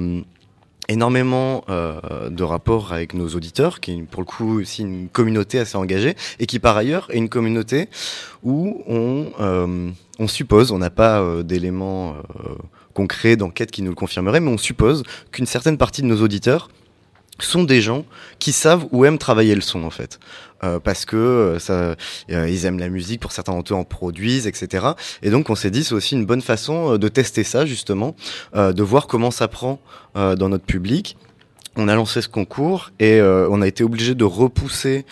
énormément de rapports avec nos auditeurs, qui est pour le coup aussi une communauté assez engagée, et qui par ailleurs est une communauté où on suppose, on n'a pas d'éléments concrets d'enquête qui nous le confirmeraient, mais on suppose qu'une certaine partie de nos auditeurs sont des gens qui savent ou aiment travailler le son en fait, parce que ils aiment la musique, pour certains d'entre eux en produisent, etc. Et donc on s'est dit c'est aussi une bonne façon de tester ça justement, de voir comment ça prend dans notre public. On a lancé ce concours et on a été obligé de repousser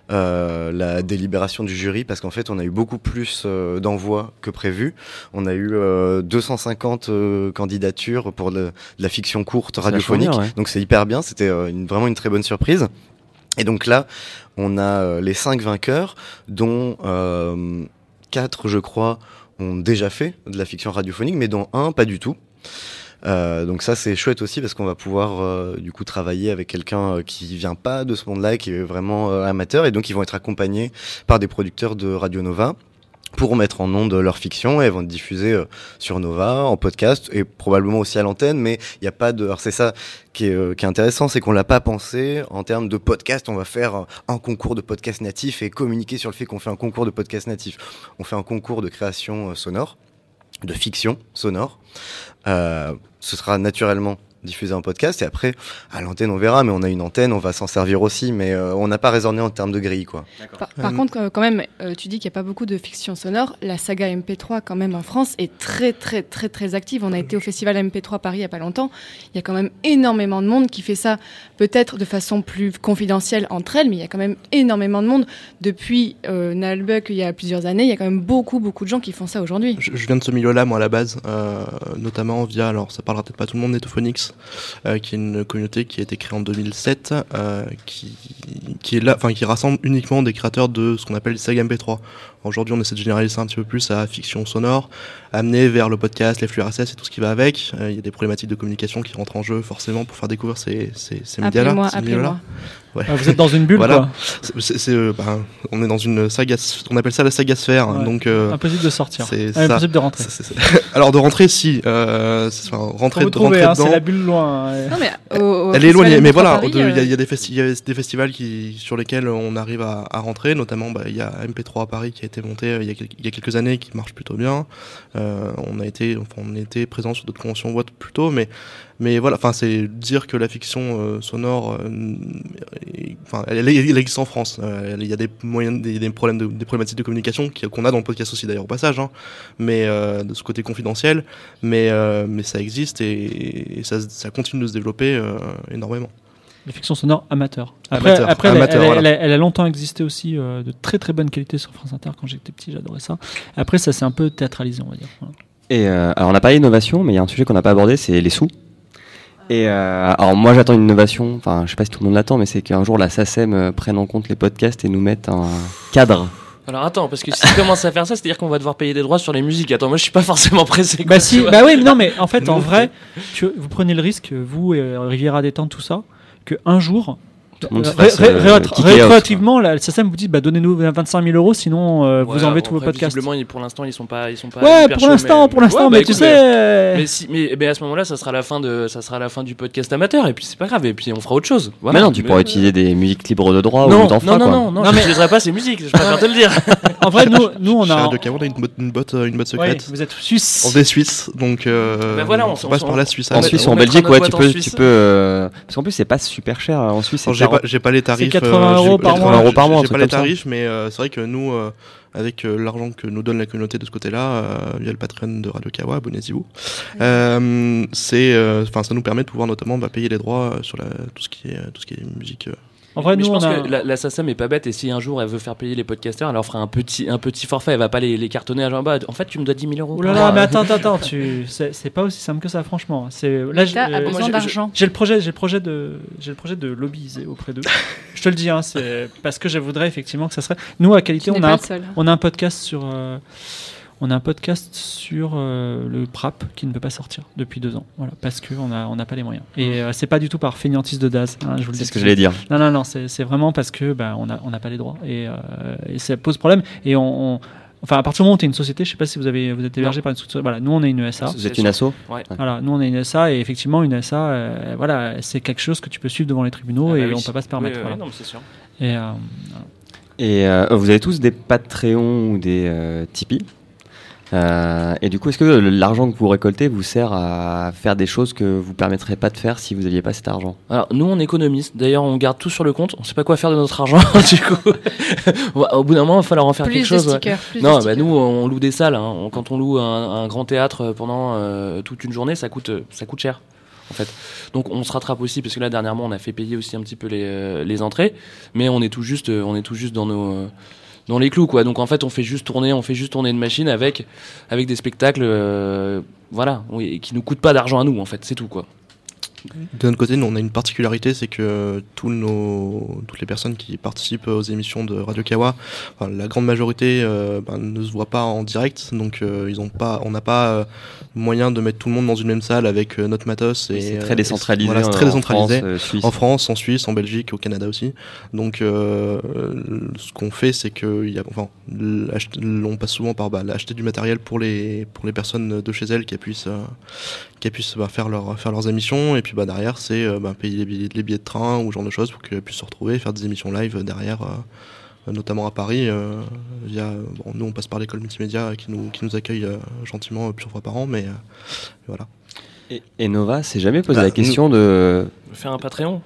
la délibération du jury parce qu'en fait on a eu beaucoup plus d'envois que prévu. On a eu 250 candidatures pour de la fiction courte radiophonique, donc c'est hyper bien, c'était vraiment une très bonne surprise. Et donc là on a les 5 vainqueurs dont 4 je crois ont déjà fait de la fiction radiophonique, mais dont 1 pas du tout. Donc ça c'est chouette aussi parce qu'on va pouvoir du coup travailler avec quelqu'un qui vient pas de ce monde-là, qui est vraiment amateur, et donc ils vont être accompagnés par des producteurs de Radio Nova pour mettre en onde leur fiction, et elles vont être diffusées sur Nova en podcast et probablement aussi à l'antenne, mais il y a pas de. Alors c'est ça qui est intéressant, c'est qu'on l'a pas pensé en termes de podcast. On va faire un concours de podcast natif et communiquer sur le fait qu'on fait un concours de podcast natif. On fait un concours de création sonore, de fiction sonore. Ce sera naturellement diffusé en podcast, et après à l'antenne on verra, mais on a une antenne, on va s'en servir aussi, mais on n'a pas raisonné en termes de grille quoi. Par contre quand même tu dis qu'il n'y a pas beaucoup de fiction sonore, la saga MP3 quand même en France est très très très très active. On a été au festival MP3 Paris il n'y a pas longtemps, il y a quand même énormément de monde qui fait ça, peut-être de façon plus confidentielle entre elles, mais il y a quand même énormément de monde depuis Nalbuck il y a plusieurs années. Il y a quand même beaucoup de gens qui font ça aujourd'hui. Je viens de ce milieu-là moi à la base, notamment via, alors ça parlera peut-être pas tout le monde, Netophonix, qui est une communauté qui a été créée en 2007, qui est là, enfin qui rassemble uniquement des créateurs de ce qu'on appelle les sagas MP3. Aujourd'hui, on essaie de généraliser ça un petit peu plus à fiction sonore, amener vers le podcast, les flux RSS et tout ce qui va avec. Il y a des problématiques de communication qui rentrent en jeu forcément pour faire découvrir ces médias-là. Appelez-moi. Ouais. Vous êtes dans une bulle, voilà. Quoi. On est dans une saga, on appelle ça la saga sphère. Ouais. Donc impossible de sortir. C'est impossible de rentrer. Alors de rentrer, si rentrer, de rentrer dedans. C'est la bulle loin. Non, mais elle est éloignée, mais voilà, Paris, il y a des festivals sur lesquels on arrive à rentrer, notamment il y a MP3 à Paris qui a été monté il y a quelques années, qui marche plutôt bien. On était présent sur d'autres conventions boîtes plus tôt, mais voilà, enfin c'est dire que la fiction sonore, elle existe en France. Il y a des moyens, des problématiques de communication qu'on a dans le podcast aussi d'ailleurs au passage, hein, mais de ce côté confidentiel, mais ça existe et ça continue de se développer énormément. Les fictions sonores amateurs. Après elle a longtemps existé aussi, de très très bonne qualité sur France Inter. Quand j'étais petit, j'adorais ça. Après, ça s'est un peu théâtralisé, on va dire. Voilà. Et alors, on n'a pas d'innovation, mais il y a un sujet qu'on n'a pas abordé, c'est les sous. Et alors, moi, j'attends une innovation. Enfin, je sais pas si tout le monde l'attend, mais c'est qu'un jour la SACEM prenne en compte les podcasts et nous mette un cadre. Alors attends, parce que si tu commences à faire ça, c'est-à-dire qu'on va devoir payer des droits sur les musiques. Attends, moi je suis pas forcément pressé. Bah si, bah oui, mais non, mais en fait, en vrai, vous prenez le risque, vous et Riviera Détente, tout ça, qu'un jour, tout le monde se fasse rétroactivement, la SACEM vous dit donnez-nous 25 000 euros, sinon vous enlevez tous vos podcasts. Visiblement, pour l'instant, ils sont pas. Ouais, pour l'instant, mais tu sais. Mais à ce moment-là, ça sera la fin du podcast amateur, et puis c'est pas grave, et puis on fera autre chose. Voilà. Mais non, tu pourrais utiliser des musiques libres de droit ou t'en feras quoi. Non, je n'utiliserai pas ces musiques, je préfère te le dire. En vrai, nous on a. Radio Cawa, on a une botte secrète. Vous êtes suisse. On est suisse, donc voilà, on passe par la Suisse. En Suisse ou en Belgique, ouais, tu peux. Parce qu'en plus, c'est pas super cher en Suisse. J'ai pas les tarifs. C'est 80 € par mois. J'ai pas les tarifs, mais c'est vrai que nous, avec l'argent que nous donne la communauté de ce côté-là, via le Patreon de Radio Cawa, abonnez-vous. Ça nous permet de pouvoir notamment payer les droits sur tout ce qui est musique. En vrai, je pense que la SACEM est pas bête, et si un jour elle veut faire payer les podcasteurs, elle leur fera un petit forfait, elle va pas les cartonner à genre en fait tu me dois 10 000 euros. Ouh là là, mais attends, c'est pas aussi simple que ça, franchement. L'État a besoin d'argent. J'ai le projet de lobbyiser auprès d'eux. Je te le dis, c'est parce que je voudrais effectivement que ça serait. Nous à Qualité, on a un podcast sur. On a un podcast sur le PRAP qui ne peut pas sortir depuis 2 ans, voilà, parce qu'on n'a pas les moyens. Et c'est pas du tout par fainéantise de Daz. Je vous le dis. C'est ce que j'allais dire. Non, c'est vraiment parce que on n'a pas les droits et ça pose problème. Et enfin, à partir du moment où tu es une société, je sais pas si vous êtes hébergé par une structure. Voilà, nous on est une SA. Vous êtes une asso. Ouais. Voilà, nous on est une SA et effectivement une SA, voilà, c'est quelque chose que tu peux suivre devant les tribunaux et on peut pas se permettre. Oui, voilà. non, mais c'est sûr. Et vous avez tous des Patreon ou des Tipeee. Et du coup, est-ce que l'argent que vous récoltez vous sert à faire des choses que vous permettrez pas de faire si vous n'aviez pas cet argent? Alors nous, on économise. D'ailleurs, on garde tout sur le compte. On sait pas quoi faire de notre argent. Du coup, au bout d'un moment, il va falloir en faire quelque chose. Non, nous, on loue des salles. Quand on loue un grand théâtre pendant toute une journée, ça coûte cher. En fait. Donc on se rattrape aussi parce que là dernièrement, on a fait payer aussi un petit peu les entrées, mais on est tout juste dans les clous, quoi. Donc en fait on fait juste tourner une machine avec des spectacles qui nous coûtent pas d'argent à nous, en fait, c'est tout, quoi. De notre côté, nous on a une particularité, c'est que toutes les personnes qui participent aux émissions de Radio Cawa, la grande majorité ne se voit pas en direct, donc on n'a pas moyen de mettre tout le monde dans une même salle avec notre matos. C'est très décentralisé. Voilà, c'est très décentralisé. En France, en Suisse, en Belgique, au Canada aussi. Donc ce qu'on fait, c'est que on passe souvent par acheter du matériel pour les personnes de chez elles qui puissent faire leurs émissions, et puis payer les billets de train ou ce genre de choses pour qu'elles puissent se retrouver, faire des émissions live derrière, notamment à Paris, nous on passe par l'école multimédia qui nous accueille gentiment plusieurs fois par an, mais voilà. Et Nova s'est jamais posé la question de faire un Patreon?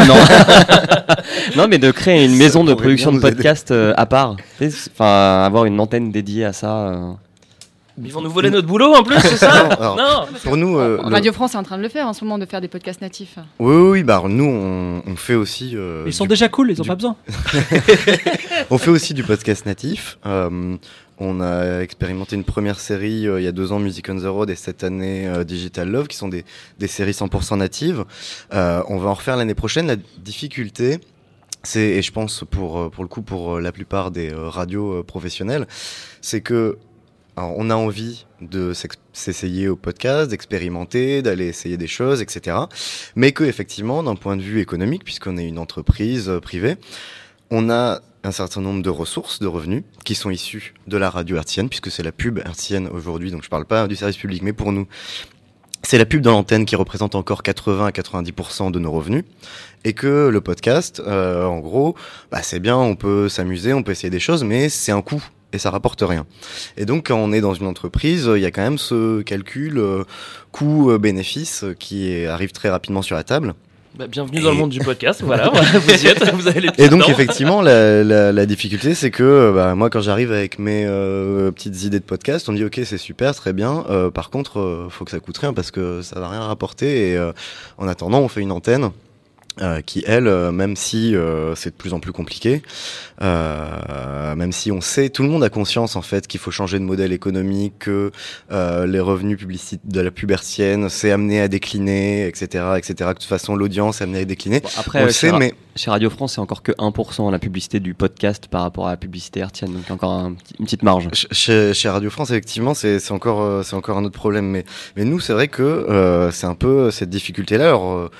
Non, mais de créer une maison de production de podcast à part, enfin avoir une antenne dédiée à ça. Ils vont nous voler notre boulot en plus, c'est ça? Non. Pour nous, Radio France est en train de le faire en ce moment, de faire des podcasts natifs. Oui, nous on fait aussi. Ils sont déjà cool, ils ont pas besoin. On fait aussi du podcast natif. On a expérimenté une première série il y a 2 ans, Music on the Road, et cette année Digital Love, qui sont des séries 100% natives. On va en refaire l'année prochaine. La difficulté, et je pense pour le coup pour la plupart des radios professionnelles, c'est que on a envie de s'essayer au podcast, d'expérimenter, d'aller essayer des choses, etc. Mais que effectivement, d'un point de vue économique, puisqu'on est une entreprise privée, on a un certain nombre de ressources, de revenus, qui sont issus de la radio hertzienne, puisque c'est la pub hertzienne aujourd'hui, donc je parle pas du service public, mais pour nous, c'est la pub dans l'antenne qui représente encore 80 à 90% de nos revenus, et que le podcast, en gros, c'est bien, on peut s'amuser, on peut essayer des choses, mais c'est un coût. Et ça rapporte rien. Et donc, quand on est dans une entreprise, il y a quand même ce calcul coût-bénéfice qui arrive très rapidement sur la table. Bienvenue dans le monde du podcast, voilà, vous y êtes, vous avez les petits Et donc, dents. effectivement, la difficulté, c'est que moi, quand j'arrive avec mes petites idées de podcast, on me dit « Ok, c'est super, très bien. Par contre, faut que ça coûte rien parce que ça va rien rapporter. » Et en attendant, on fait une antenne qui, elle, même si c'est de plus en plus compliqué, même si on sait, tout le monde a conscience en fait qu'il faut changer de modèle économique, que les revenus de la pub hertzienne, c'est amené à décliner, etc., etc., que de toute façon l'audience est amenée à décliner. Bon, après, on le sait, mais chez Radio France, c'est encore que 1% la publicité du podcast par rapport à la publicité hertzienne, donc il y a encore une petite marge. Chez Radio France, effectivement, c'est encore un autre problème, mais nous, c'est vrai que c'est un peu cette difficulté-là. Alors,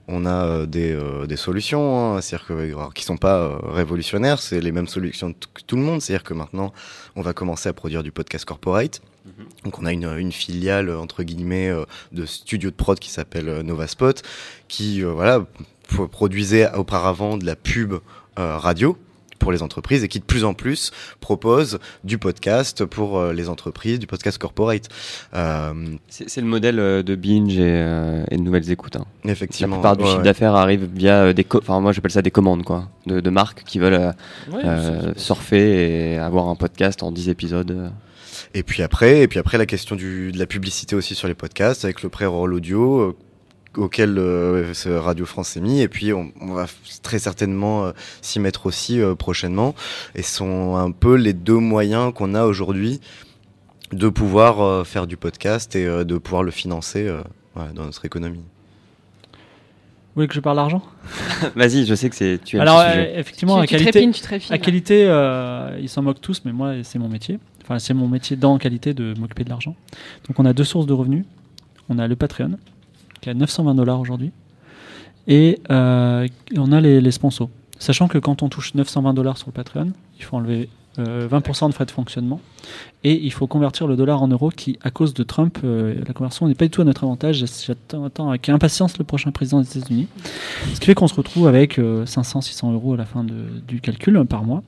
on a des solutions, hein, c'est-à-dire qui sont pas révolutionnaires, c'est les mêmes solutions que tout le monde. C'est-à-dire que maintenant, on va commencer à produire du podcast corporate. Donc on a une filiale entre guillemets de studio de prod qui s'appelle Novaspot, qui produisait auparavant de la pub radio pour les entreprises et qui de plus en plus propose du podcast pour les entreprises, du podcast corporate. C'est le modèle de Binge et de Nouvelles Écoutes. Hein. Effectivement. La plupart du chiffre d'affaires arrive via moi j'appelle ça des commandes quoi, de marques qui veulent surfer et avoir un podcast en 10 épisodes. Et puis après la question de la publicité aussi sur les podcasts avec le pré-roll audio auquel Radio France s'est mis, et puis on va très certainement s'y mettre aussi prochainement, et ce sont un peu les deux moyens qu'on a aujourd'hui de pouvoir faire du podcast et de pouvoir le financer dans notre économie. Vous voulez que je parle d'argent ? Vas-y, je sais que tu aimes alors, ce sujet. Effectivement, tu trépigne. À qualité, ils s'en moquent tous, mais moi, c'est mon métier. Enfin, c'est mon métier dans qualité de m'occuper de l'argent. Donc, on a deux sources de revenus. On a le Patreon, qui est à $920 aujourd'hui, et on a les sponsors. Sachant que quand on touche $920 sur le Patreon, il faut enlever 20% de frais de fonctionnement, et il faut convertir le dollar en euros qui, à cause de Trump, la conversion n'est pas du tout à notre avantage. J'attends avec impatience le prochain président des États-Unis. Ce qui fait qu'on se retrouve avec 500-600 euros à la fin du calcul par mois.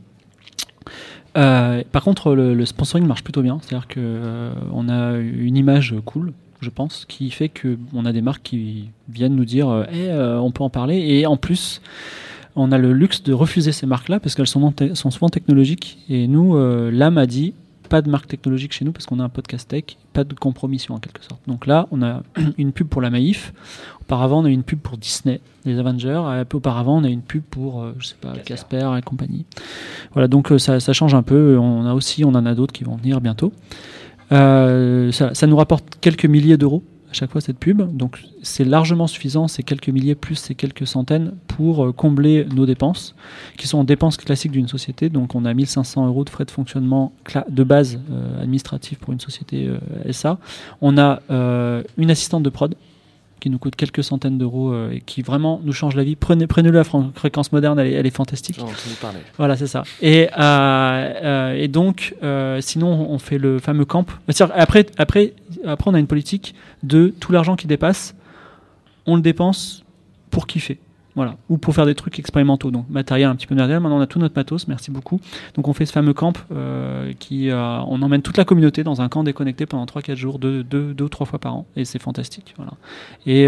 Par contre, le sponsoring marche plutôt bien. C'est-à-dire qu'on a une image cool, je pense, qui fait qu'on a des marques qui viennent nous dire on peut en parler, et en plus on a le luxe de refuser ces marques-là parce qu'elles sont souvent technologiques, et nous, l'âme a dit pas de marque technologique chez nous parce qu'on a un podcast tech, pas de compromission en quelque sorte. Donc là, on a une pub pour la Maïf, auparavant on a une pub pour Disney, les Avengers, auparavant on a une pub pour Casper et compagnie. Voilà, donc ça change un peu, on en a d'autres qui vont venir bientôt. Ça nous rapporte quelques milliers d'euros à chaque fois cette pub, donc c'est largement suffisant, ces quelques milliers plus ces quelques centaines pour combler nos dépenses, qui sont dépenses classiques d'une société. Donc on a 1500 euros de frais de fonctionnement de base administratif pour une société SA. On a une assistante de prod qui nous coûte quelques centaines d'euros et qui vraiment nous change la vie. Prenez-le à Fréquence Moderne, elle est fantastique. J'en ai entendu parler. Voilà, c'est ça. Et donc, sinon, on fait le fameux camp. Après, on a une politique de tout l'argent qui dépasse, on le dépense pour kiffer. Voilà, ou pour faire des trucs expérimentaux, donc matériel un petit peu matériel. Maintenant on a tout notre matos, merci beaucoup. Donc on fait ce fameux camp on emmène toute la communauté dans un camp déconnecté pendant 3-4 jours, 2 ou 3 fois par an, et c'est fantastique. Voilà. Et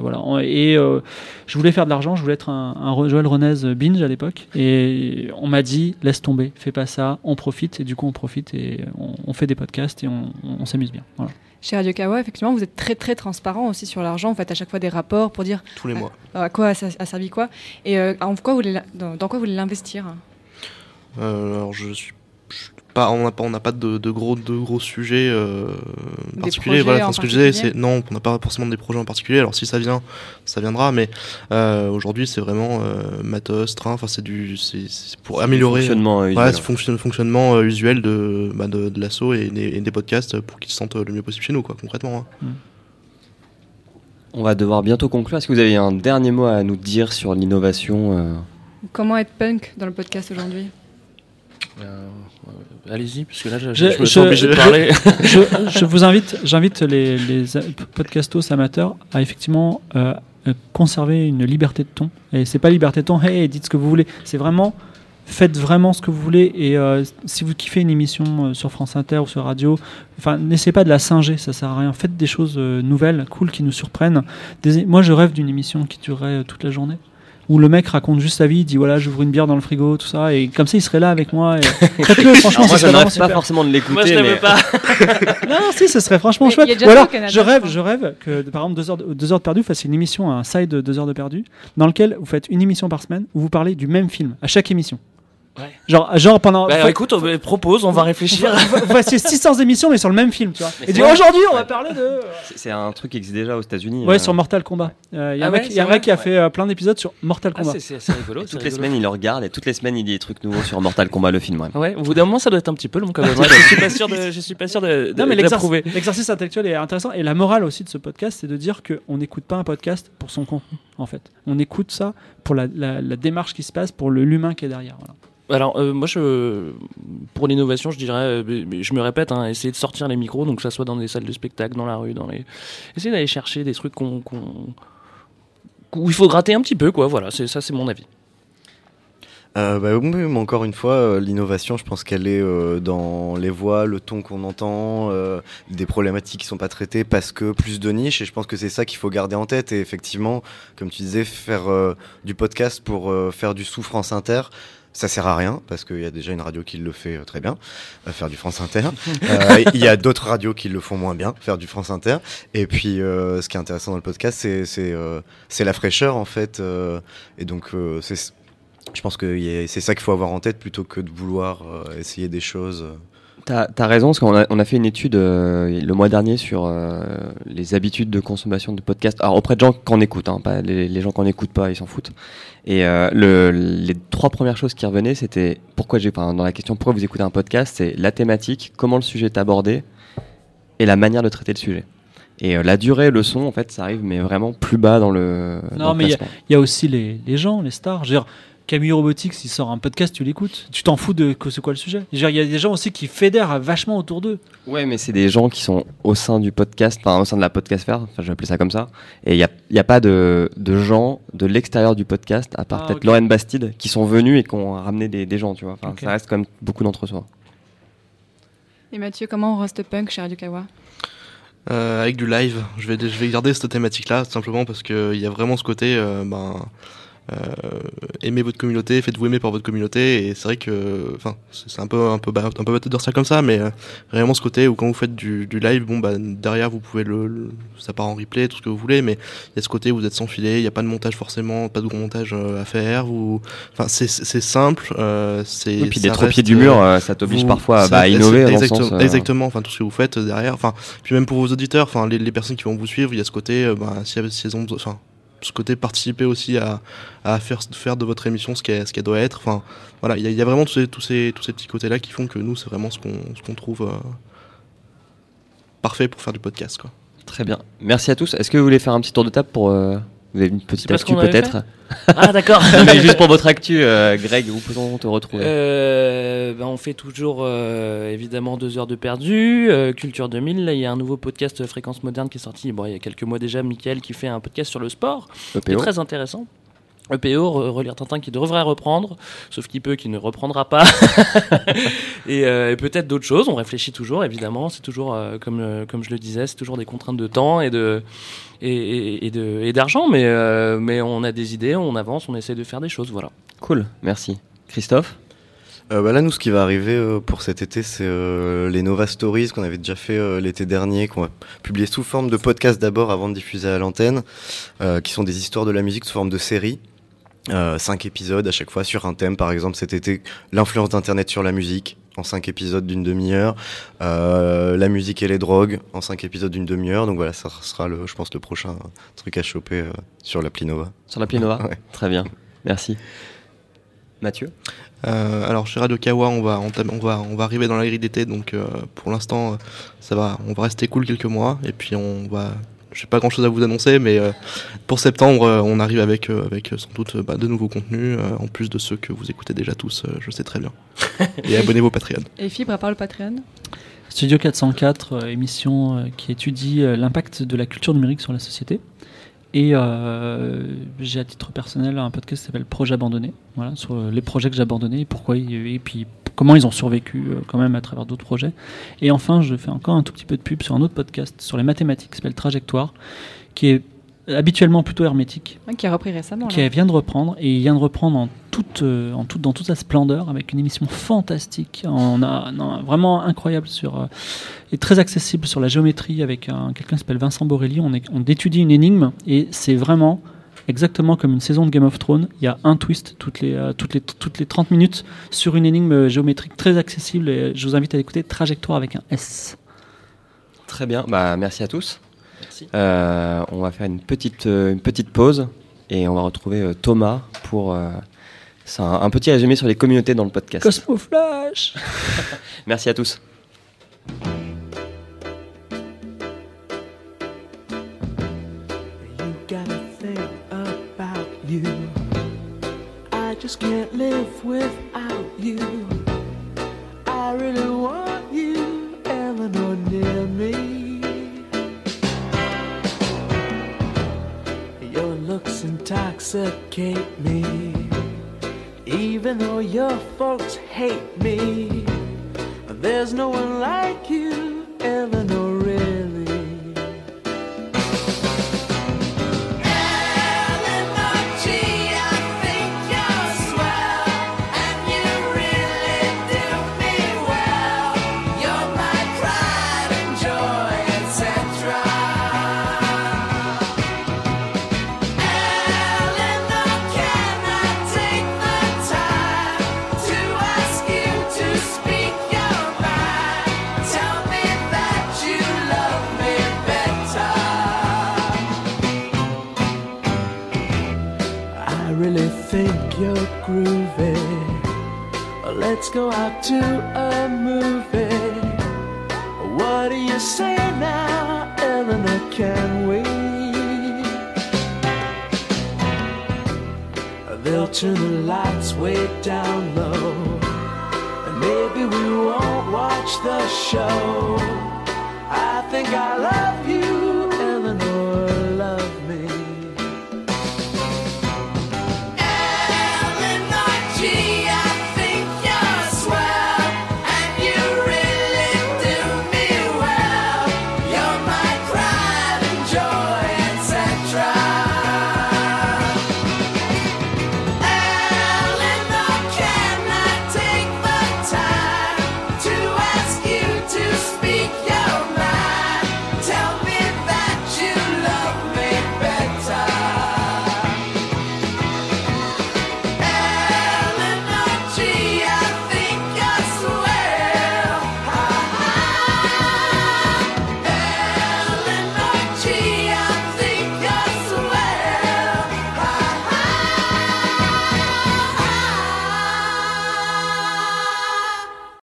je voulais faire de l'argent, je voulais être un Joël Renez binge à l'époque, et on m'a dit laisse tomber, fais pas ça, on profite, et du coup on profite et on fait des podcasts et on s'amuse bien. Voilà. Chez Radio Kawa, effectivement, vous êtes très très transparent aussi sur l'argent. Vous faites à chaque fois des rapports pour dire tous les mois à quoi a servi quoi, et dans quoi vous voulez l'investir. Alors on n'a pas de gros sujets particuliers. Voilà, ce que je disais, c'est non, on n'a pas forcément des projets en particulier. Alors si ça vient, ça viendra. Mais aujourd'hui, c'est vraiment matos, train. Enfin, c'est pour améliorer le fonctionnement usuel de l'asso et des podcasts pour qu'ils se sentent le mieux possible chez nous, quoi, concrètement. Hein. On va devoir bientôt conclure. Est-ce que vous avez un dernier mot à nous dire sur l'innovation Comment être punk dans le podcast aujourd'hui? Allez-y, parce que là, je me sens obligé de parler. J'invite les podcastos amateurs à effectivement conserver une liberté de ton. Et c'est pas liberté de ton, hey, dites ce que vous voulez. C'est vraiment, faites vraiment ce que vous voulez. Et si vous kiffez une émission sur France Inter ou sur radio, n'essayez pas de la singer, ça sert à rien. Faites des choses nouvelles, cool, qui nous surprennent. Moi, je rêve d'une émission qui durerait toute la journée, où le mec raconte juste sa vie, il dit voilà, j'ouvre une bière dans le frigo, tout ça, et comme ça il serait là avec moi. Faites-le, franchement. Moi, je ne rêve pas forcément de l'écouter. Moi, je ne veux pas. Non, si, ce serait franchement chouette. Ou alors, je rêve que, par exemple, 2 heures de perdu fasse une émission, un side de 2 heures de perdu, dans lequel vous faites une émission par semaine où vous parlez du même film à chaque émission. Ouais. Genre pendant. Écoute, on propose, on va réfléchir. Vous fassiez 600 émissions, mais sur le même film, tu vois. Et aujourd'hui, on va parler de. C'est un truc qui existe déjà aux États-Unis. Ouais, sur Mortal Kombat. Il y a un mec qui a fait plein d'épisodes sur Mortal Kombat. C'est rigolo. Toutes les semaines, il le regarde, et toutes les semaines, il dit des trucs nouveaux sur Mortal Kombat, le film. Ouais, au bout d'un moment, ça doit être un petit peu long quand même. Je suis pas sûr de non, mais l'approuver. L'exercice intellectuel est intéressant, et la morale aussi de ce podcast, c'est de dire qu'on n'écoute pas un podcast pour son contenu. en fait. On écoute ça pour la démarche qui se passe, pour l'humain qui est derrière. Voilà. Alors moi pour l'innovation je dirais, je me répète, essayer de sortir les micros, donc que ça soit dans des salles de spectacle, dans la rue, essayer d'aller chercher des trucs où il faut gratter un petit peu, quoi. Voilà, c'est mon avis. Oui, mais encore une fois, l'innovation, je pense qu'elle est dans les voix, le ton qu'on entend, des problématiques qui sont pas traitées parce que plus de niche, et je pense que c'est ça qu'il faut garder en tête. Et effectivement, comme tu disais, faire du podcast pour faire du sous France Inter, ça sert à rien parce qu'il y a déjà une radio qui le fait très bien, faire du France Inter. Il y a d'autres radios qui le font moins bien, faire du France Inter. Et puis, ce qui est intéressant dans le podcast, c'est la fraîcheur en fait. Et donc, je pense que c'est ça qu'il faut avoir en tête plutôt que de vouloir essayer des choses. T'as raison, parce qu'on a fait une étude le mois dernier sur les habitudes de consommation de podcasts. Alors auprès de gens qu'on écoute, pas les gens qu'on n'écoute pas, ils s'en foutent. Et les 3 premières choses qui revenaient, c'était dans la question pourquoi vous écoutez un podcast, c'est la thématique, comment le sujet est abordé et la manière de traiter le sujet. Et la durée, le son, en fait, ça arrive mais vraiment plus bas dans le. Non, mais il y a aussi les gens, les stars. Je veux dire, Camille Robotics, s'il sort un podcast, tu l'écoutes. Tu t'en fous de c'est quoi le sujet. Il y a des gens aussi qui fédèrent vachement autour d'eux. Ouais, mais c'est des gens qui sont au sein du podcast, au sein de la podcasphère, je vais appeler ça comme ça. Et il n'y a pas de gens de l'extérieur du podcast, à part peut-être Lorraine Bastide, qui sont venus et qui ont ramené des gens, tu vois. Ça reste quand même beaucoup d'entre-soi. Et Mathieu, comment on reste punk chez Radio Kawa ? Avec du live. Je vais garder cette thématique-là, simplement parce qu'il y a vraiment ce côté... aimez votre communauté, faites-vous aimer par votre communauté, et c'est vrai que c'est un peu bateau de dire ça comme ça, mais vraiment ce côté où quand vous faites du live, derrière vous pouvez ça part en replay, tout ce que vous voulez, mais il y a ce côté où vous êtes sans filet, il n'y a pas de montage forcément, pas de gros montage à faire, c'est simple, et puis d'être au pied du mur, ça t'oblige parfois à innover dans le sens, exactement, tout ce que vous faites derrière, puis même pour vos auditeurs, les personnes qui vont vous suivre, il y a ce côté si elles ont ce côté participer aussi à faire de votre émission ce qu'elle doit être. Voilà, il y a vraiment tous ces petits côtés-là qui font que nous, c'est vraiment ce qu'on trouve parfait pour faire du podcast, quoi. Très bien. Merci à tous. Est-ce que vous voulez faire un petit tour de table pour... Vous avez une petite actu peut-être? Ah d'accord. Mais juste pour votre actu, Greg, où peut-on te retrouver? On fait toujours évidemment 2 heures de perdu, Culture 2000. Là, il y a un nouveau podcast Fréquence Moderne qui est sorti il y a quelques mois déjà. Mickaël qui fait un podcast sur le sport, qui est très intéressant. EPO, Relire Tintin, qui devrait reprendre, sauf qu'il ne reprendra pas. et peut-être d'autres choses, on réfléchit toujours, évidemment, c'est toujours, comme je le disais, c'est toujours des contraintes de temps et d'argent, mais on a des idées, on avance, on essaie de faire des choses, voilà. Cool, merci. Christophe? Là, nous, ce qui va arriver pour cet été, c'est les Nova Stories qu'on avait déjà fait l'été dernier, qu'on va publier sous forme de podcast d'abord avant de diffuser à l'antenne, qui sont des histoires de la musique sous forme de série. 5 épisodes à chaque fois sur un thème. Par exemple, cet été, l'influence d'Internet sur la musique en 5 épisodes d'une demi-heure, la musique et les drogues en 5 épisodes d'une demi-heure. Donc voilà, ça sera je pense le prochain truc à choper sur l'appli Nova. Sur l'appli Nova. Ouais. Très bien, merci. Mathieu? Alors chez Radio Kawa, on va arriver dans la grille d'été, donc pour l'instant ça va, on va rester cool quelques mois, et puis j'ai pas grand chose à vous annoncer, mais pour septembre, on arrive avec sans doute de nouveaux contenus, en plus de ceux que vous écoutez déjà tous, je sais très bien. Et abonnez-vous au Patreon. Et Fibre, à part le Patreon? Studio 404, émission qui étudie l'impact de la culture numérique sur la société. Et j'ai à titre personnel un podcast qui s'appelle Projet Abandonné, voilà, sur les projets que j'ai abandonnés et pourquoi, et puis comment ils ont survécu quand même à travers d'autres projets. Et enfin, je fais encore un tout petit peu de pub sur un autre podcast sur les mathématiques qui s'appelle Trajectoire, qui est habituellement plutôt hermétique. Ouais, qui a repris récemment. Qui vient de reprendre, et il vient de reprendre dans toute sa splendeur, avec une émission fantastique, vraiment incroyable, et très accessible sur la géométrie, avec quelqu'un qui s'appelle Vincent Borelli. On étudie une énigme, et c'est vraiment exactement comme une saison de Game of Thrones. Il y a un twist toutes les 30 minutes sur une énigme géométrique très accessible, et je vous invite à écouter Trajectoire avec un S. Très bien, merci à tous. Merci. On va faire une petite pause et on va retrouver Thomas pour un petit résumé sur les communautés dans le podcast. Cosmo Flash. Merci à tous. You gotta think up you. I just can't live without you. I really want you, Eleanor, near me. Your looks intoxicate me, even though your folks hate me. There's no one like you, Eleanor, really. You're groovy. Let's go out to a movie. What do you say now, Eleanor, can we? They'll turn the lights way down low, and maybe we won't watch the show. I think I love